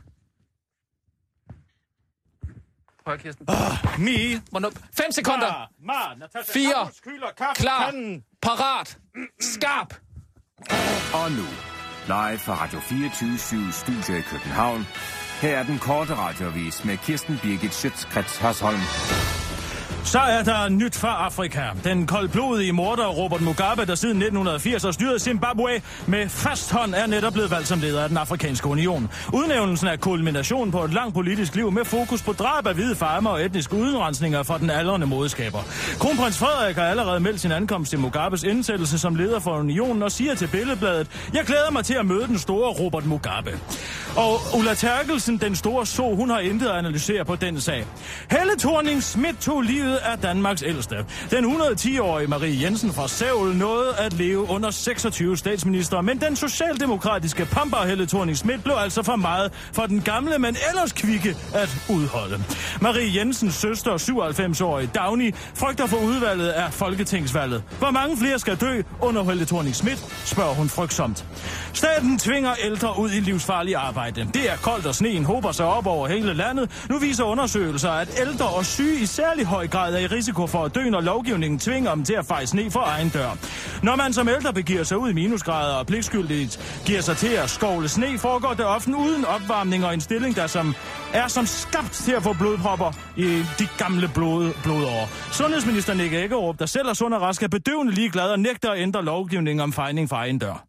Prøv, Kirsten. 5 sekunder. 4. Klar. Parat. Skarp. Og nu, live fra Radio 24/7 Studio i København. Her er den korte radioavis med Kirsten Birgit Schøtz-Krets Hørsholm. Så er der nyt fra Afrika. Den koldblodige morder Robert Mugabe, der siden 1980 har styret Zimbabwe med fast hånd, er netop blevet valgt som leder af den afrikanske union. Udnævnelsen er kulmination på et langt politisk liv med fokus på drab af hvide farmer og etniske udenrensninger fra den aldrende modeskaber. Kronprins Frederik har allerede meldt sin ankomst til Mugabes indsættelse som leder for unionen og siger til Billedbladet: "Jeg glæder mig til at møde den store Robert Mugabe." Og Ulla Terkelsen, den store so, hun har intet at analysere på den sag. Helle Thorning-Schmidt tog livet af Danmarks ældste. Den 110-årige Marie Jensen fra Seoul nåede at leve under 26 statsministre, men den socialdemokratiske pamper Helle Thorning-Schmidt blev altså for meget for den gamle, men ellers kvikke at udholde. Marie Jensens søster, 97-årige Dagny, frygter for udvalget af folketingsvalget. Hvor mange flere skal dø under Helle Thorning-Schmidt, spørger hun frygtsomt. Staten tvinger ældre ud i livsfarlig arbejde. Det er koldt, og sneen hober sig op over hele landet. Nu viser undersøgelser, at ældre og syge i særlig høj grad er i risiko for at dø, når lovgivningen tvinger dem til at feje sne for egen dør. Når man som ældre begiver sig ud i minusgrader og pligtskyldigt giver sig til at skovle sne, foregår det ofte uden opvarmning og en stilling, der er som skabt til at få blodpropper i de gamle blodårer. Sundhedsminister Nick Hækkerup, der selv er sund og rask, er bedøvende ligeglad og nægter at ændre lovgivningen om fejning for egen dør.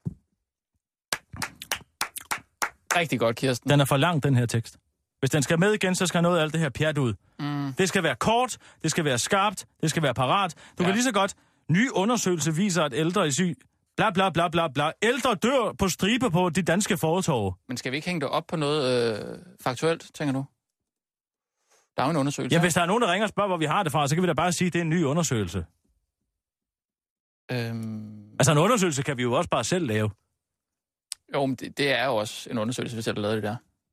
Rigtig godt, Kirsten. Den er for lang, den her tekst. Hvis den skal med igen, så skal noget af alt det her pjat ud. Det skal være kort, det skal være skarpt, det skal være parat. Du kan lige så godt. Ny undersøgelse viser, at ældre er syg. Bla bla bla bla bla. Ældre dør på stribe på de danske fortove. Men skal vi ikke hænge det op på noget faktuelt, tænker du? Der er jo en undersøgelse. Ja, hvis der er nogen, der ringer og spørger, hvor vi har det fra, så kan vi da bare sige, at det er en ny undersøgelse. Altså en undersøgelse kan vi jo også bare selv lave. Jo, men det er jo også en undersøgelse, hvis jeg har lavet det der.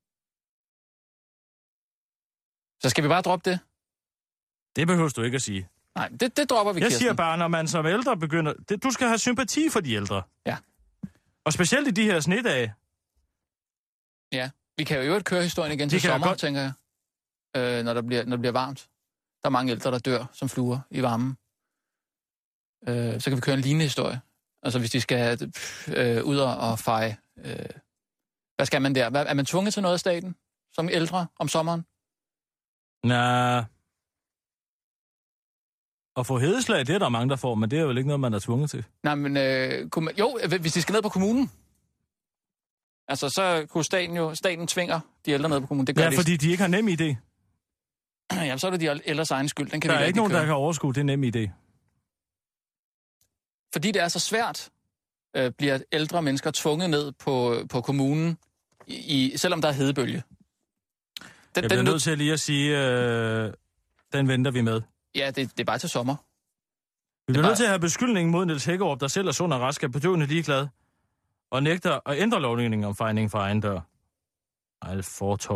Så skal vi bare droppe det? Det behøver du ikke at sige. Nej, det dropper vi, Jeg Kirsten. siger bare, når man som ældre begynder... Du skal have sympati for de ældre. Ja. Og specielt i de her snedage. Ja, vi kan jo i øvrigt køre historien igen til sommer, tænker jeg. Når det bliver varmt. Der er mange ældre, der dør som fluer i varmen. Så kan vi køre en lignende historie. Altså hvis de skal ud og feje. Hvad skal man der? Er man tvunget til noget af staten som ældre om sommeren? Nej. At få hedeslag, det er der mange, der får, men det er jo ikke noget, man er tvunget til. Nej, men hvis de skal ned på kommunen. Altså, så kunne staten tvinger de ældre ned på kommunen. Det gør fordi de ikke har nem idé. Jamen, så er det de ældres egen skyld. Den kan der vi er ikke nogen, køre. der kan overskue det nem idé. Fordi det er så svært, bliver ældre mennesker tvunget ned på kommunen, selvom der er hedebølge. Jeg bliver nødt til lige at sige, den venter vi med. Ja, det er bare til sommer. Vi bliver nødt til at have beskyldningen mod Niels Hækkerup, der selv er sund og rask, er bedøvende ligeglad, og nægter at ændre lovgivningen om fejning for egen dør. Eget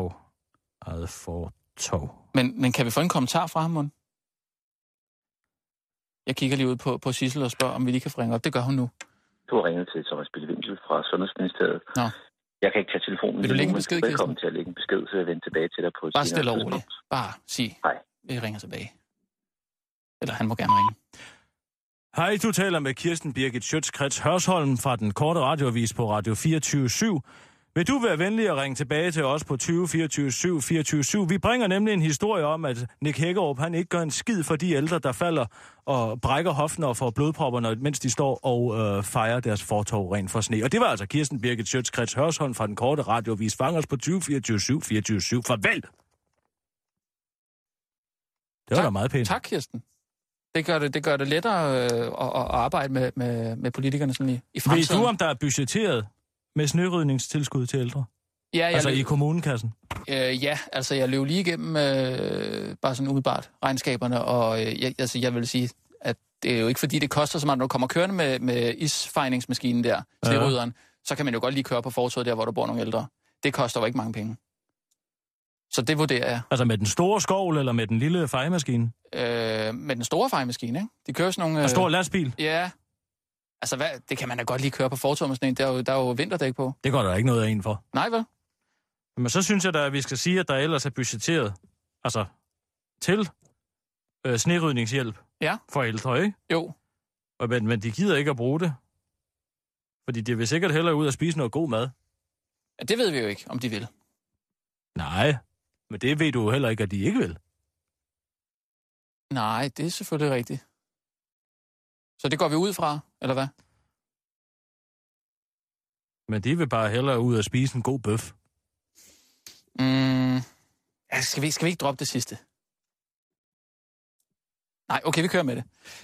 fortov. Men kan vi få en kommentar fra ham, mon? Jeg kigger lige ud på Sissel og spørger, om vi lige kan få ringe op. Det gør hun nu. Du har ringet til Thomas Bille-Winkel fra Sundhedsministeriet. Nå. Jeg kan ikke tage telefonen. Vil du lægge en besked, Kirsten? Velkommen til at lægge en besked, så jeg vender tilbage til dig på et bare stille og roligt. Bare sig. Hej. Vi ringer tilbage. Eller han må gerne ringe. Hej, du taler med Kirsten Birgit Schøtz-Krets Hørsholm fra den korte radioavis på Radio 24/7. Vil du være venlig at ringe tilbage til os på 20 24 7 24/7? Vi bringer nemlig en historie om, at Nick Hækkerup, han ikke gør en skid for de ældre, der falder og brækker hoften og får blodpropper, mens de står og fejrer deres fortov rent for sne. Og det var altså Kirsten Birgit Schøtz-Krets Hørsholm fra den korte radioavis. Fang os på 20 24 7 24/7. Farvel! Det var da meget pænt. Tak, Kirsten. Det gør det lettere at arbejde med politikerne sådan i fremtiden. Ved du, om der er budgetteret med snerydningstilskud til ældre? Ja, altså i kommunekassen? Ja, altså jeg løb lige igennem bare sådan umiddelbart regnskaberne, og jeg vil sige, at det er jo ikke fordi, det koster så meget, når du kommer kørende med isfejningsmaskinen der, sneryderen, så kan man jo godt lige køre på fortovet der, hvor der bor nogle ældre. Det koster jo ikke mange penge. Så det vurderer jeg. Altså med den store skovl, eller med den lille fejemaskine? Med den store fejemaskine, ikke? De kører sådan nogle... En stor lastbil? Ja. Altså, det kan man da godt lige køre på fortovet med sådan en. Der er jo vinterdæk på. Det går der ikke noget af en for. Nej, vel? Men så synes jeg da, at vi skal sige, at der ellers er budgetteret altså til snerydningshjælp for ældre, ikke? Jo. Men de gider ikke at bruge det. Fordi de vil sikkert hellere ud og spise noget god mad. Ja, det ved vi jo ikke, om de vil. Nej, men det ved du jo heller ikke, at de ikke vil. Nej, det er selvfølgelig rigtigt. Så det går vi ud fra, eller hvad? Men de vil bare hellere ud og spise en god bøf. Ja, skal vi ikke droppe det sidste? Nej, okay, vi kører med det.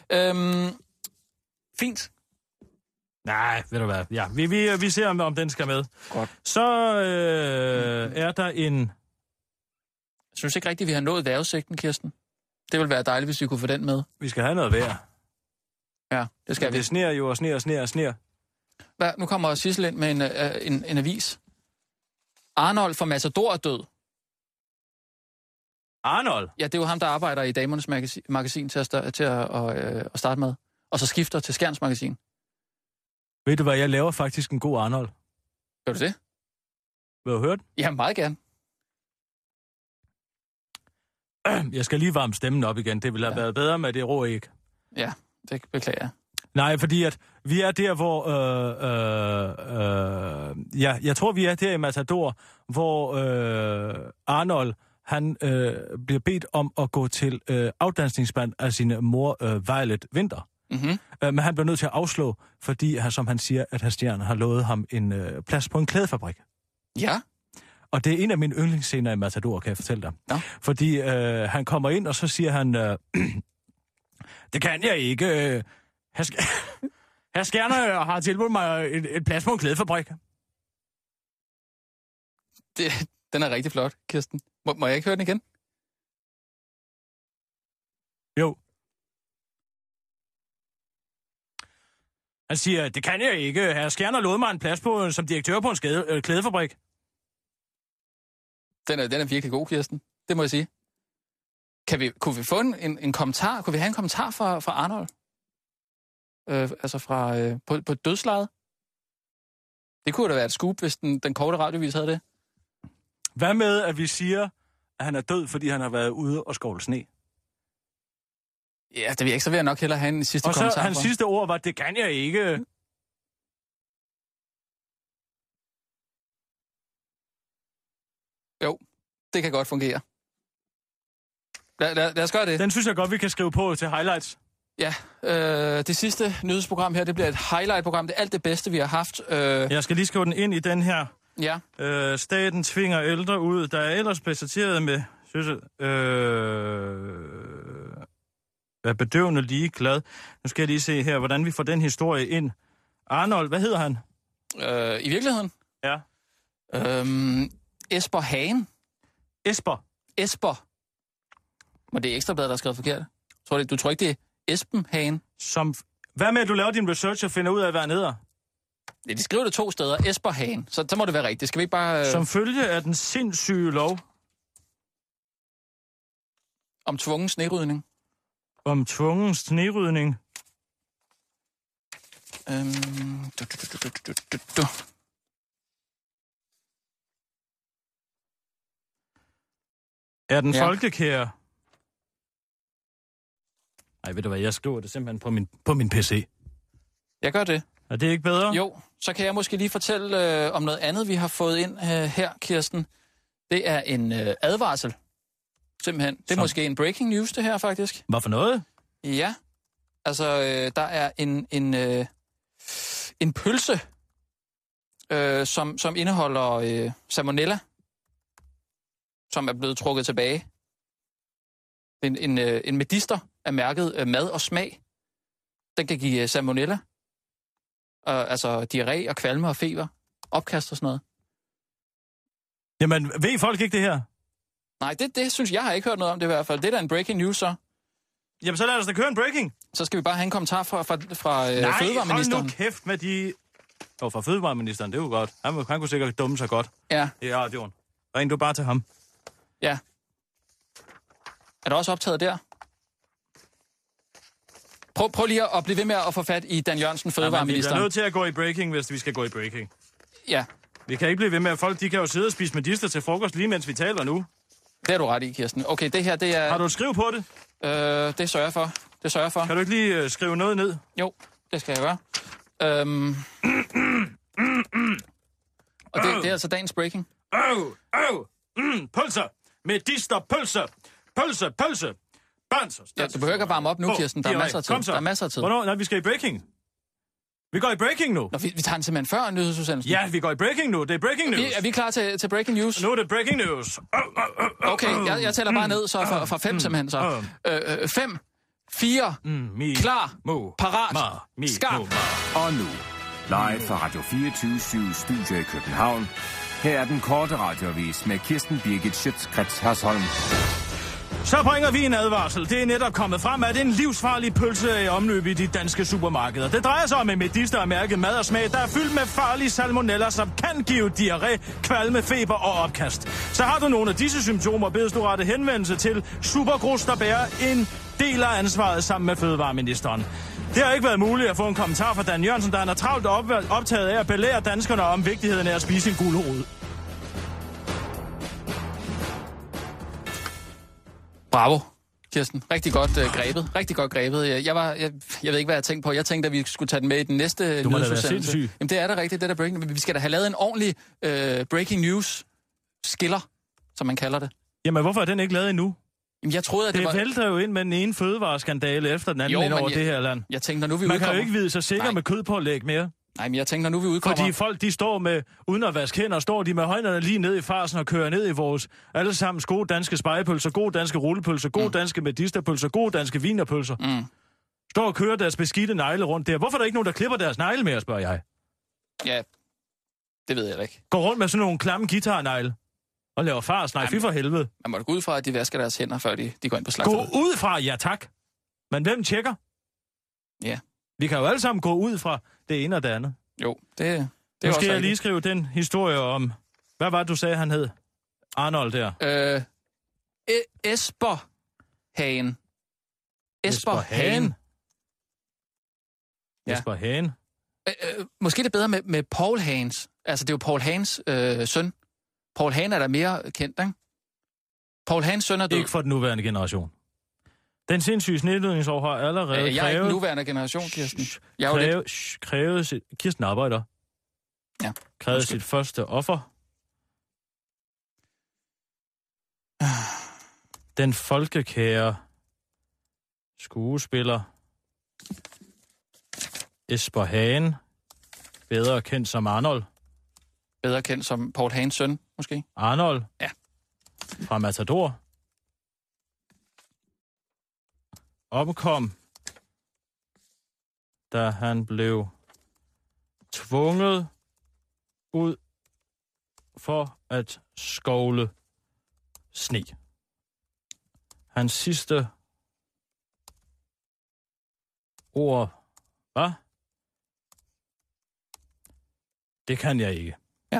Fint. Nej, ved du hvad? Ja, vi ser, om den skal med. Godt. Så er der en... Jeg synes ikke rigtigt, vi har nået vejrudsigten, Kirsten. Det ville være dejligt, hvis vi kunne få den med. Vi skal have noget vejr. Ja, det skal vi. Det sneer jo og sneer. Hvad? Nu kommer Sissel ind med en avis. Arnold fra Matador er død. Arnold? Ja, det er jo ham, der arbejder i Damernes Magasin til at starte med. Og så skifter til Skjerns Magasin. Ved du hvad, jeg laver faktisk en god Arnold. Gør du det? Vil du høre det? Ja, meget gerne. Jeg skal lige varme stemmen op igen. Det ville have været bedre med det rå æg. Ja, det beklager jeg. Nej, fordi at vi er der, hvor... jeg tror, vi er der i Matador, hvor Arnold, han bliver bedt om at gå til afdansningsband af sin mor, Violet Winter. Mm-hmm. Men han bliver nødt til at afslå, fordi, som han siger, at hans stjerne har lovet ham en plads på en klædefabrik. Ja. Og det er en af mine yndlingsscener i Matador, kan jeg fortælle dig. Ja. Fordi han kommer ind, og så siger han, det kan jeg ikke. Herr Skjerner har tilbudt mig et plads på en klædefabrik. Den er rigtig flot, Kirsten. Må jeg ikke høre den igen? Jo. Han siger, det kan jeg ikke. Herr Skjerner lovede mig en plads som direktør på en klædefabrik. Den er virkelig god, Kirsten. Det må jeg sige. Kunne vi få en kommentar? Kunne vi have en kommentar fra Arnold? På dødslejet? Det kunne da være et scoop, hvis den korte radiovis havde det. Hvad med, at vi siger, at han er død, fordi han har været ude og skovle sne? Ja, det vil jeg ikke, så vil jeg nok hellere have en sidste kommentar. Og så hans sidste ord var, det kan jeg ikke. Jo, det kan godt fungere. Lad os gøre det. Den synes jeg godt, vi kan skrive på til highlights. Ja, det sidste nyhedsprogram her, det bliver et highlight-program. Det er alt det bedste, vi har haft. Jeg skal lige skrive den ind i den her. Ja. Staten tvinger ældre ud, der er ellers præsenteret med, er bedøvende ligeglad. Nu skal jeg lige se her, hvordan vi får den historie ind. Arnold, hvad hedder han? I virkeligheden? Ja. Esper Hagen. Esper. Men det er Ekstrabladet, der har skrevet forkert. Du tror ikke, det er Esben Hagen? Hvad med, at du laver din research og finder ud af, hvad han hedder? Ja, de skriver det 2 steder. Esper Hagen. Så må det være rigtigt. Skal vi ikke bare... Som følge af den sindssyge lov. Om tvungen snerydning. Om tvungen snerydning. Er den folkekære? Nej, ved du hvad, jeg skriver det simpelthen på min PC. Jeg gør det. Er det ikke bedre? Jo, så kan jeg måske lige fortælle om noget andet, vi har fået ind her, Kirsten. Det er en advarsel. Simpelthen. Det er måske en breaking news, det her faktisk. Hvad for noget? Ja. Altså, der er en pølse, som indeholder salmonella, som er blevet trukket tilbage. En medister af mærket mad og smag. Den kan give salmonella. Altså diarré og kvalme og feber. Opkast og sådan noget. Jamen, ved folk ikke det her? Nej, det synes jeg har ikke hørt noget om det i hvert fald. Det er da en breaking news, så. Jamen, så lad os da køre en breaking. Så skal vi bare have en kommentar fra fødevareministeren. Nej, hold nu kæft med de... fra fødevareministeren, det er jo godt. Han kunne sikkert dumme sig godt. Ja. I radioen. Ring du bare til ham. Ja. Er der også optaget der? Prøv lige at blive ved med at få fat i Dan Jørgensen, fødevareministeren. Vi er nødt til at gå i breaking, hvis vi skal gå i breaking. Ja. Vi kan ikke blive ved med, at folk de kan jo sidde og spise medister til frokost, lige mens vi taler nu. Det er du ret i, Kirsten. Okay, det her, det er... Har du et skriv på det? Det sørger jeg for. Kan du ikke lige skrive noget ned? Jo, det skal jeg gøre. Og det er altså dagens breaking. Pølser! Medister, pølse! Ja, du behøver ikke at varme op nu, Kirsten. Der er masser af tid. Der er masser af tid. Hvornår? Nej, vi skal i breaking. Vi går i breaking nu. Nå, vi tager den simpelthen før nyhedsudsendelsen. Ja, vi går i breaking nu. Det er breaking news. Er vi klar til breaking news? Nu er det breaking news. Okay, jeg tæller bare ned så fra 5 simpelthen så. 5, 4, klar, parat, skarp. Og nu, live fra Radio 24/7 Studio i København. Her er den korte radioavis med Kirsten Birgit Schøtz-Krets Hasholm. Så bringer vi en advarsel. Det er netop kommet frem, at en livsfarlig pølse er i omløb i de danske supermarkeder. Det drejer sig om en medister af mærket Mad og Smag, der er fyldt med farlige salmonella, som kan give diarré, kvalme, feber og opkast. Så har du nogle af disse symptomer, bedes du rette henvendelse til Supergrus, der bærer en del af ansvaret sammen med fødevareministeren. Det har ikke været muligt at få en kommentar fra Dan Jørgensen, da han er travlt optaget af at belære danskerne om vigtigheden af at spise en gulerod. Bravo, Kirsten. Rigtig godt grebet. Rigtig godt grebet. Jeg ved ikke, hvad jeg tænkte på. Jeg tænkte, at vi skulle tage den med i den næste nyhedsudsendelse. Jamen, det er da rigtigt, det der breaking. Vi skal da have lavet en ordentlig breaking news skiller, som man kalder det. Jamen, hvorfor er den ikke lavet endnu? Jamen, jeg troede, at det var... Det vælter jo ind med den ene fødevareskandale efter den anden ind over det her land. Jeg tænkte, når nu vi Man kan jo ikke vide sig sikker med kødpålæg mere. Nej, men jeg tænker, når nu vi udkommer... Fordi folk, de står med, uden at vaske hænder, står de med højnerne lige ned i farsen og kører ned i vores alle sammen gode danske spegepølser, gode danske rullepølser, gode danske medisterpølser, gode danske wienerpølser. Står og kører deres beskidte negle rundt der. Hvorfor er der ikke nogen, der klipper deres negle mere, spørger jeg? Ja, det ved jeg ikke. Går rundt med sådan nogle klamme guitarnegle og laver fars. Nej, fy for helvede. Man må da gå ud fra, at de vasker deres hænder, før de går ind på slagteriet. Gå ud fra, ja tak. Men hvem tjekker? Ja. Vi kan jo alle sammen gå ud fra det ene og det andet. Jo, det er nu skal jeg lige skrive den historie om... Hvad var det, du sagde, han hed? Arnold der. Esper Hagen. Esper Hagen. Ja. Esper Hagen. Måske det er bedre med Paul Hagens. Altså, det er jo Paul Hagens søn. Paul Hagen er da mere kendt, ikke? Paul Hagens søn er død. Ikke for den nuværende generation. Den sindssyge snedlydningsår har allerede krævet... Jeg er ikke den nuværende generation, Kirsten. Krævet Kirsten arbejder. Ja. Krævede sit første offer. Den folkekære skuespiller Esper Hagen, bedre kendt som Arnold. Bedre kendt som Paul Hagens søn, måske? Arnold? Ja. Fra Matador. Omkom, da han blev tvunget ud for at skovle sne. Hans sidste ord, hvad? Det kan jeg ikke. Ja.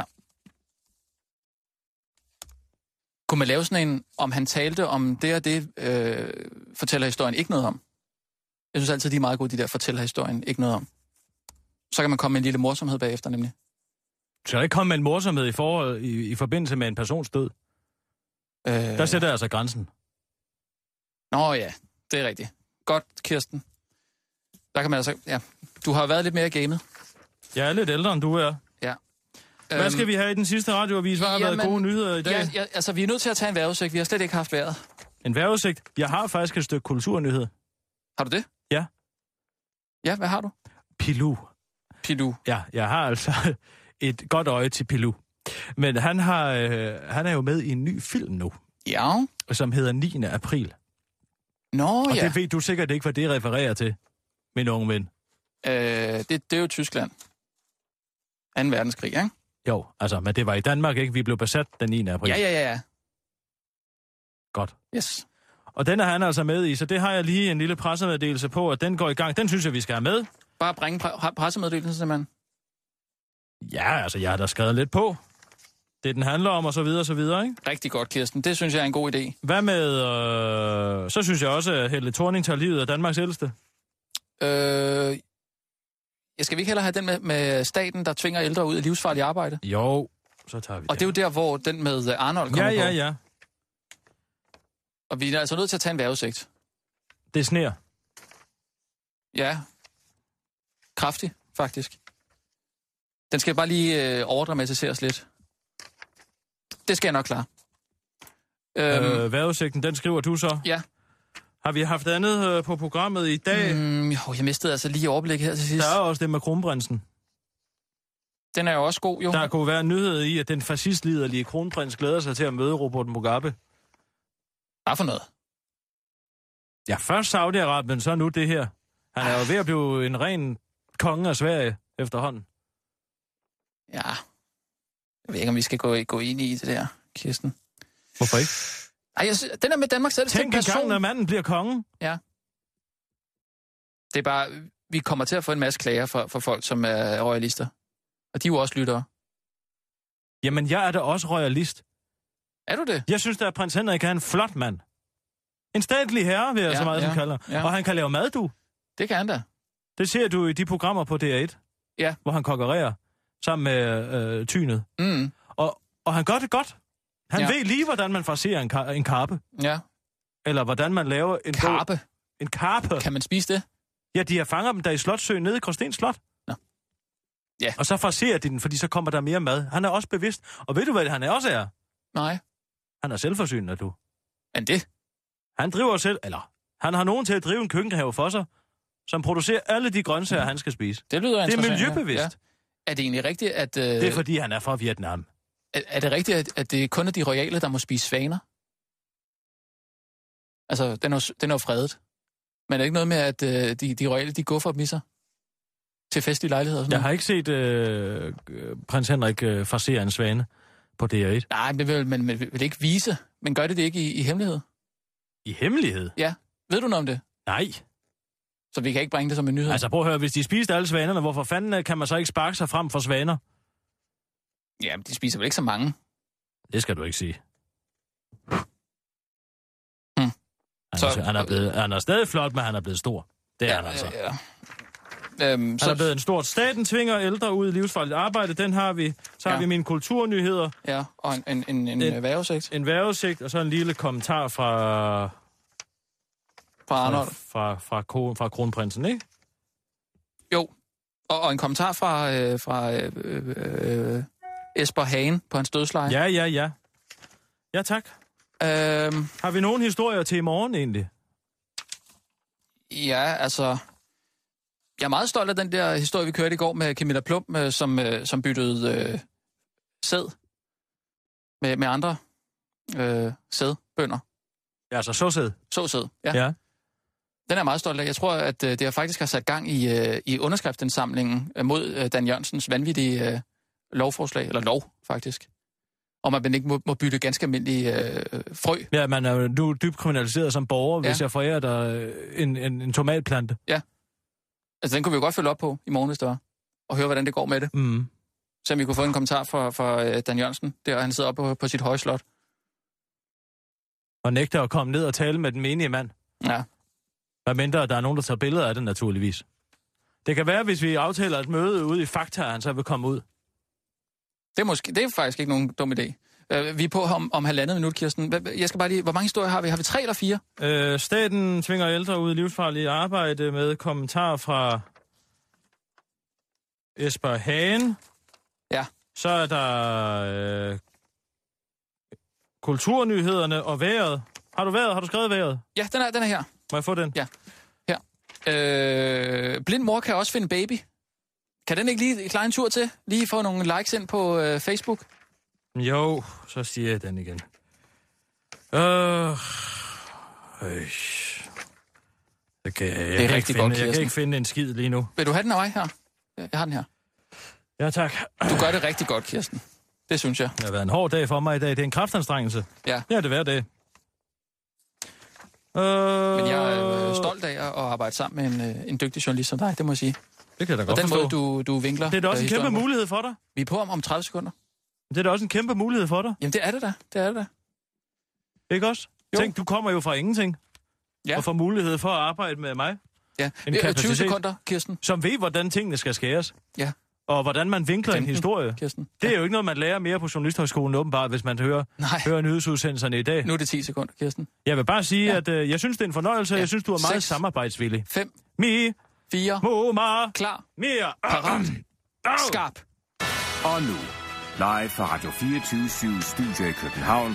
Kunne man lave sådan en, om han talte om det og det, fortæller historien ikke noget om? Jeg synes altid, de er meget gode, de der fortæller historien ikke noget om. Så kan man komme med en lille morsomhed bagefter, nemlig. Du skal ikke komme med en morsomhed i forbindelse med en persons død. Der sætter altså grænsen. Nå ja, det er rigtigt. Godt, Kirsten. Der kan man altså... Ja, du har været lidt mere i gamet. Jeg er lidt ældre, end du er. Ja. Hvad skal vi have i den sidste radioavis? Hvad har været gode nyheder i dag? Ja, altså, vi er nødt til at tage en vejrudsigt. Vi har slet ikke haft vejret. En vejrudsigt? Jeg har faktisk et stykke kulturnyhed. Har du det? Ja. Ja, hvad har du? Pilou. Pilou. Ja, jeg har altså et godt øje til Pilou. Men han er jo med i en ny film nu. Ja. Som hedder 9. april. Nå, og ja. det ved du sikkert ikke, hvad det refererer til, min unge ven. Det er jo Tyskland. 2. verdenskrig, ikke? Jo, altså, men det var i Danmark, ikke? Vi blev besat den 9. april. Ja. Godt. Yes. Og den er han altså med i, så det har jeg lige en lille pressemeddelelse på, at den går i gang. Den synes jeg, vi skal have med. Bare bringe pressemeddelelsen, simpelthen. Ja, altså, jeg har da skrevet lidt på. Det, den handler om, og så videre, ikke? Rigtig godt, Kirsten. Det synes jeg er en god idé. Hvad med... så synes jeg også, at Helle Thorning tager livet af Danmarks ældste. Skal vi ikke hellere have den med staten, der tvinger ældre ud i livsfarligt arbejde? Jo, så tager vi og det er jo der, hvor den med Arnold kommer på. Ja. Og vi er altså nødt til at tage en vejrudsigt. Det sner. Ja. Kraftigt, faktisk. Den skal bare lige overdramatiseres lidt. Det skal jeg nok klare. Vejrudsigten, den skriver du så? Ja. Har vi haft andet på programmet i dag? Jeg mistede altså lige overblikket her til sidst. Der er også det med kronprinsen. Den er jo også god, jo. Der kunne være en nyhed i, at den fascistliderlige kronprins glæder sig til at møde Robert Mugabe. Hvad for noget? Ja, først Saudi-Arabien, så nu det her. Han er jo ved at blive en ren konge af Sverige efterhånden. Ja. Jeg ved ikke, om vi skal gå ind i det der, Kirsten. Hvorfor ikke? Ej, den er med Danmarks ældste person. Tænk en gang, når manden bliver konge. Ja. Det er bare, vi kommer til at få en masse klager for folk, som er royalister. Og de er jo også lyttere. Jamen, jeg er da også royalist. Er du det? Jeg synes, at prins Henrik er en flot mand. En statlig herre, vil jeg så meget som kalder. Ja. Og han kan lave mad, du. Det kan han da. Det ser du i de programmer på DR1. Ja. Hvor han konkurrerer sammen med Tynet. Mm. Og han gør det godt. Han ved lige, hvordan man farserer en karpe. Ja. Eller hvordan man laver en karpe. En karpe. Kan man spise det? Ja, de har fanget dem der i Slotssøen nede i Gråsten Slot. Nå. Ja. Og så farserer de den, fordi så kommer der mere mad. Han er også bevidst. Og ved du, hvad han også er? Nej. Han er selvforsynende, du. Men det? Han driver selv, eller han har nogen til at drive en køkkenhave for sig, som producerer alle de grøntsager, han skal spise. Det lyder interessant. Det er miljøbevidst. Ja. Er det egentlig rigtigt, at... Det er, fordi han er fra Vietnam. Er det rigtigt, at det kun er de royale, der må spise svaner? Altså, den er jo fredet. Men er det ikke noget med, at de royale, de går for dem i sig? Til festlige lejligheder og sådan Jeg har ikke set prins Henrik farsere en svane på DR1. Nej, men vil det ikke vise? Men gør det ikke i hemmelighed? I hemmelighed? Ja. Ved du noget om det? Nej. Så vi kan ikke bringe det som en nyhed? Altså prøv at høre, hvis de spiste alle svanerne, hvorfor fanden kan man så ikke sparke sig frem for svaner? Jamen, de spiser vel ikke så mange? Det skal du ikke sige. Han er stadig flot, men han er blevet stor. Det er han altså. Ja. Han er blevet en stor. Staten tvinger ældre ud i livsfarligt arbejde. Den har vi. Så har vi mine kulturnyheder. Ja, og en vejrudsigt. En vejrudsigt, og så en lille kommentar fra Arnold. Fra kronprinsen, ikke? Jo. Og en kommentar fra Esper Hagen på hans dødsleje. Ja. Ja, tak. Har vi nogen historier til i morgen, egentlig? Ja, altså... Jeg er meget stolt af den der historie, vi kørte i går med Camilla Plum, som byttede sæd med andre sædbønder. Ja, altså såsæd. Såsæd, ja. Den er jeg meget stolt af. Jeg tror, at det faktisk har sat gang i underskriftsindsamlingen mod Dan Jørgensens vanvittige lovforslag, eller lov, faktisk. Om at man ikke må bytte ganske almindelige frø. Ja, man er jo nu dybt kriminaliseret som borger, hvis jeg forærer dig en tomatplante. Ja. Altså, den kunne vi jo godt følge op på i morgen, hvis det var. Og høre, hvordan det går med det. Mm. Så vi kunne få en kommentar fra Dan Jørgensen, der han sidder oppe på sit høje slot. Og nægter at komme ned og tale med den menige mand. Ja. Hvad mindre, der er nogen, der tager billeder af det, naturligvis. Det kan være, hvis vi aftaler et møde ude i Fakta, han så vil komme ud. Det er faktisk ikke nogen dum idé. Vi er på om 1,5 minut, Kirsten. Jeg skal bare lige... Hvor mange historier har vi? Har vi 3 eller 4? Staten tvinger ældre ud i livsfarligt arbejde med kommentar fra Esper Hagen. Ja. Så er der kulturnyhederne og vejret. Har du skrevet vejret? Ja, den er her. Må jeg få den? Ja. Her. Blind mor kan også finde baby. Kan den ikke lige klare en tur til? Lige få nogle likes ind på Facebook? Jo, så siger jeg den igen. Jeg kan ikke finde en skid lige nu. Vil du have den af mig her? Jeg har den her. Ja, tak. Du gør det rigtig godt, Kirsten. Det synes jeg. Det har været en hård dag for mig i dag. Det er en kraftanstrengelse. Ja. Det er det hver dag. Men jeg er stolt af at arbejde sammen med en dygtig journalist som dig, det må jeg sige. Det kan jeg da godt forstå. Og den måde, du vinkler... Det er da også en kæmpe mulighed for dig. Vi er på om 30 sekunder. Det er da også en kæmpe mulighed for dig. Jamen, det er det da. Ikke også? Jo. Tænk, du kommer jo fra ingenting. Ja. Og får mulighed for at arbejde med mig. Ja, det er 20 sekunder, Kirsten. Som ved, hvordan tingene skal skæres. Ja. Og hvordan man vinkler 15, en historie. Kirsten. Det er jo ikke noget, man lærer mere på Journalisthøjskolen, åbenbart, hvis man hører nyhedsudsendelserne i dag. Nu er det 10 sekunder, Kirsten. Jeg vil bare sige, at jeg synes, det er en fornøjelse. Jeg synes, du er meget 6, samarbejdsvillig. 5, 4, klar, mere, parat, skarp. Og nu, live fra Radio 24/7 Studio i København.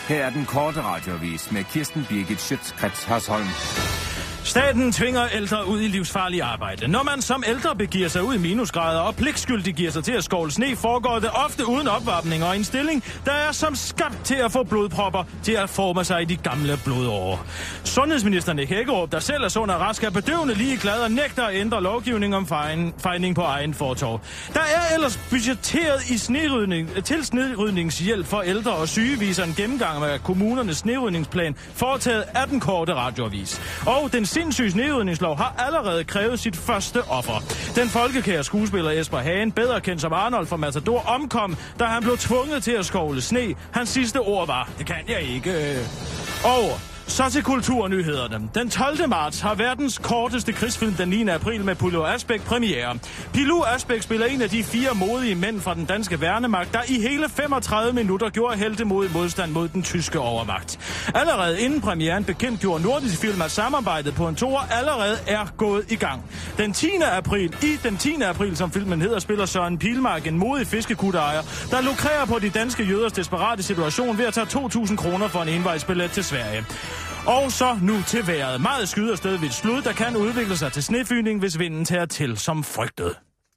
Her er den korte radioavis med Kirsten Birgit Schøtz-Krets Hørsholm. Staten tvinger ældre ud i livsfarlig arbejde. Når man som ældre begiver sig ud i minusgrader og pligtskyldigt giver sig til at skovle sne, foregår det ofte uden opvarmning og en stilling, der er som skabt til at få blodpropper til at forme sig i de gamle blodårer. Sundhedsminister Nick Hækkerup, der selv er sund og rask, er bedøvende ligeglad og nægter at ændre lovgivning om fejning på egen fortov. Der er ellers budgetteret i til snerydningshjælp for ældre og syge, viser en gennemgang af kommunernes snerydningsplan foretaget af den korte radioavis. Og den sindssyge snerydningslov har allerede krævet sit første offer. Den folkekære skuespiller Esper Hagen, bedre kendt som Arnold fra Matador, omkom, da han blev tvunget til at skovle sne. Hans sidste ord var, det kan jeg ikke. Og så til kulturnyhederne. Den 12. marts har verdens korteste krigsfilm den 9. april med Pilou Asbæk premiere. Pilou Asbæk spiller en af de 4 modige mænd fra den danske værnemagt, der i hele 35 minutter gjorde heltemodig modstand mod den tyske overmagt. Allerede inden premieren bekendtgjorde Nordisk Film, at samarbejdet på en toer allerede er gået i gang. Den 10. april, som filmen hedder, spiller Søren Pilmark en modig fiskekutteejer, der lukrerer på de danske jøders desperate situation ved at tage 2.000 kroner for en envejsbillet til Sverige. Og så nu til vejret. Meget skyder sted ved et slud, der kan udvikle sig til snefyning, hvis vinden tager til som frygtet.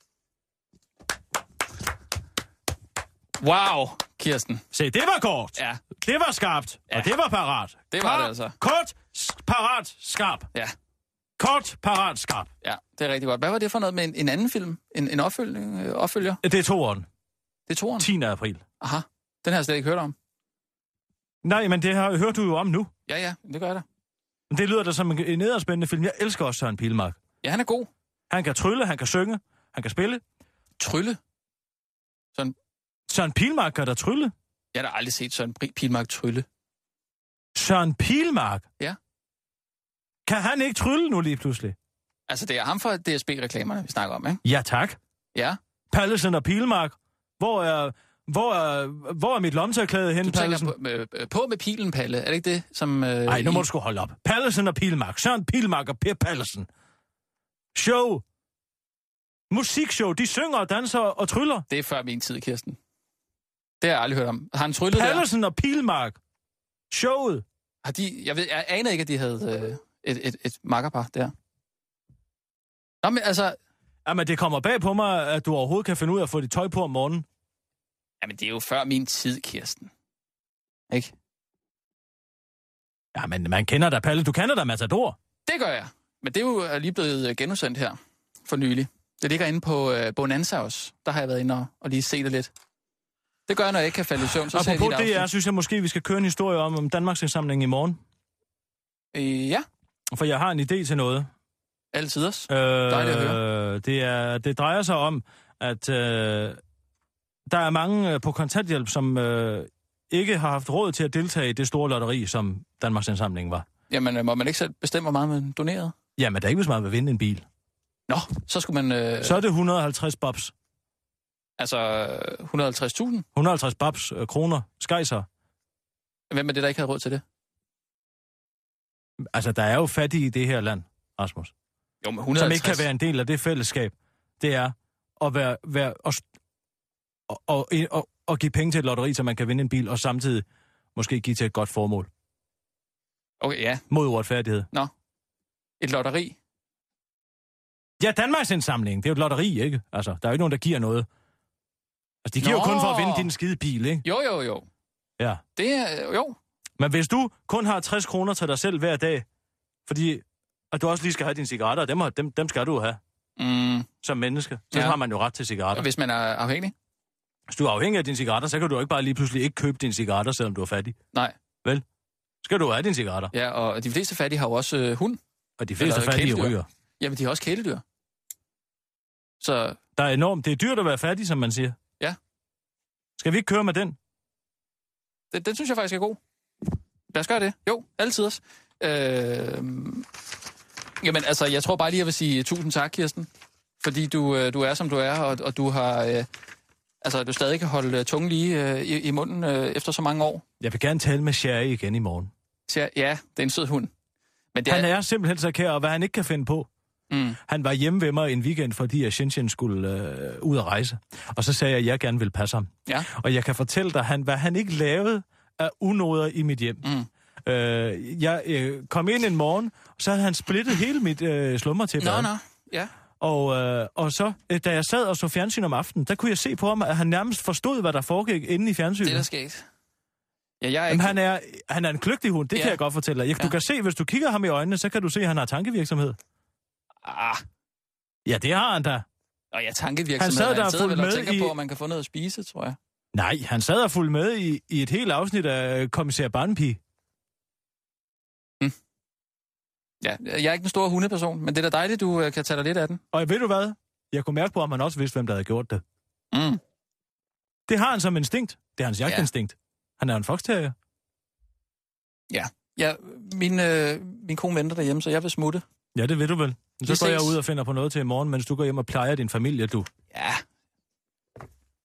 Wow, Kirsten. Se, det var kort. Ja. Det var skarpt. Ja. Og det var parat. Det var det altså. Kort, parat, skarp. Ja. Kort, parat, skarp. Ja, det er rigtig godt. Hvad var det for noget med en anden film? En opfølger? Det er toeren. Det er toeren? 10. april. Aha. Den har jeg slet ikke hørt om. Nej, men det har hørt du jo om nu. Ja, det gør jeg da. Det lyder da som en nederspændende film. Jeg elsker også Søren Pilmark. Ja, han er god. Han kan trylle, han kan synge, han kan spille. Trylle? Søren Pilmark kan da trylle. Jeg har da aldrig set Søren Pilmark trylle. Søren Pilmark? Ja. Kan han ikke trylle nu lige pludselig? Altså, det er ham fra DSB-reklamerne, vi snakker om, ikke? Ja, tak. Ja. Pallesen og Pilmark. Hvor er mit lomtørklæde hen, Pallesen? Du tænker på med pilen, Palle. Er det ikke det, som... Nej, nu må du sgu holde op. Pallesen og Pilmark. Søren Pilmark og Per Pallesen. Show. Musikshow. De synger og danser og tryller. Det er før min tid, Kirsten. Det har jeg aldrig hørt om. Har han tryllet der? Pallesen og Pilmark. Showet. Har de... Jeg aner ikke, at de havde et makkerpar der. Nå, men altså... Jamen, det kommer bag på mig, at du overhovedet kan finde ud af at få dit tøj på om morgenen. Jamen, det er jo før min tid, Kirsten. Ikke? Ja, men man kender da, Palle. Du kender da Matador. Det gør jeg. Men det er jo lige blevet genudsendt her for nylig. Det ligger inde på Bonanza også. Der har jeg været inde og lige set det lidt. Det gør jeg, når jeg ikke kan falde i søvn. Apropos det, synes jeg måske, vi skal køre en historie om Danmarks indsamling i morgen. Ja. For jeg har en idé til noget. Altid også. Dejligt at høre. Det drejer sig om, at der er mange på kontanthjælp, som ikke har haft råd til at deltage i det store lotteri, som Danmarks indsamling var. Jamen, må man ikke selv bestemme, hvor meget man donerede? Jamen, der er ikke, hvis man vil vinde en bil. Nå, så skulle man... Så er det 150 bobs. Altså 150.000? 150 bobs kroner. Skejser. Hvem er det, der ikke havde råd til det? Altså, der er jo fattige i det her land, Rasmus. Jo, men 150... Som ikke kan være en del af det fællesskab. Det er at give penge til et lotteri, så man kan vinde en bil, og samtidig måske give til et godt formål. Okay, ja. Mod uretfærdighed. Nå. Et lotteri? Ja, Danmarks indsamling. Det er jo et lotteri, ikke? Altså, der er jo ikke nogen, der giver noget. Altså, de giver jo kun for at vinde din skide bil, ikke? Jo. Ja. Det er... Jo. Men hvis du kun har 60 kroner til dig selv hver dag, fordi at du også lige skal have dine cigaretter, dem skal du have. Som menneske. Så har man jo ret til cigaretter. Og hvis man er afhængig? Hvis du er afhængig af dine cigaretter, så kan du jo ikke bare lige pludselig ikke købe dine cigaretter, selvom du er fattig. Nej. Vel? Skal du have dine cigaretter? Ja, og de fleste fattige har jo også hund. Og de fleste fattige ryger. Jamen, de har også kæledyr. Så... Der er enormt. Det er dyrt at være fattig, som man siger. Ja. Skal vi ikke køre med den? Den synes jeg faktisk er god. Lad os gøre det. Jo, altid også. Jamen, altså, jeg tror bare lige, jeg vil sige tusind tak, Kirsten. Fordi du er, som du er, og du har... du stadig kan holde tungen lige i munden efter så mange år. Jeg vil gerne tale med Sherry igen i morgen. Ja, det er en sød hund. Men han er simpelthen så kær, og hvad han ikke kan finde på. Han var hjemme ved mig en weekend, fordi Shenzhen skulle ud at rejse. Og så sagde jeg, at jeg gerne ville passe ham. Ja. Og jeg kan fortælle dig, hvad han ikke lavede af unoder i mit hjem. Jeg kom ind en morgen, så havde han splittet hele mit slummer til. Ja. Og så, da jeg sad og så fjernsyn om aftenen, der kunne jeg se på ham, at han nærmest forstod, hvad der foregik inde i fjernsynet. Det er der sket. Ja, jeg er ikke... han er en kløgtig hund, det kan jeg godt fortælle dig. Du kan se, hvis du kigger ham i øjnene, så kan du se, at han har tankevirksomhed. Ja, det har han da. Og tankevirksomhed. Han sidder vel og tænker på, at man kan få noget at spise, tror jeg. Nej, han sad og fulgte med i et helt afsnit af kommissær Barnepige. Ja, jeg er ikke en stor hundeperson, men det er da dejligt, du kan tage dig lidt af den. Og ved du hvad? Jeg kunne mærke på, at han også vidste, hvem der havde gjort det. Det har han som instinkt. Det er hans jagtinstinkt. Han er en foxterrier. Ja, min kone venter derhjemme, så jeg vil smutte. Ja, det ved du vel. Så går jeg ud og finder på noget til i morgen, mens du går hjem og plejer din familie, du. Ja,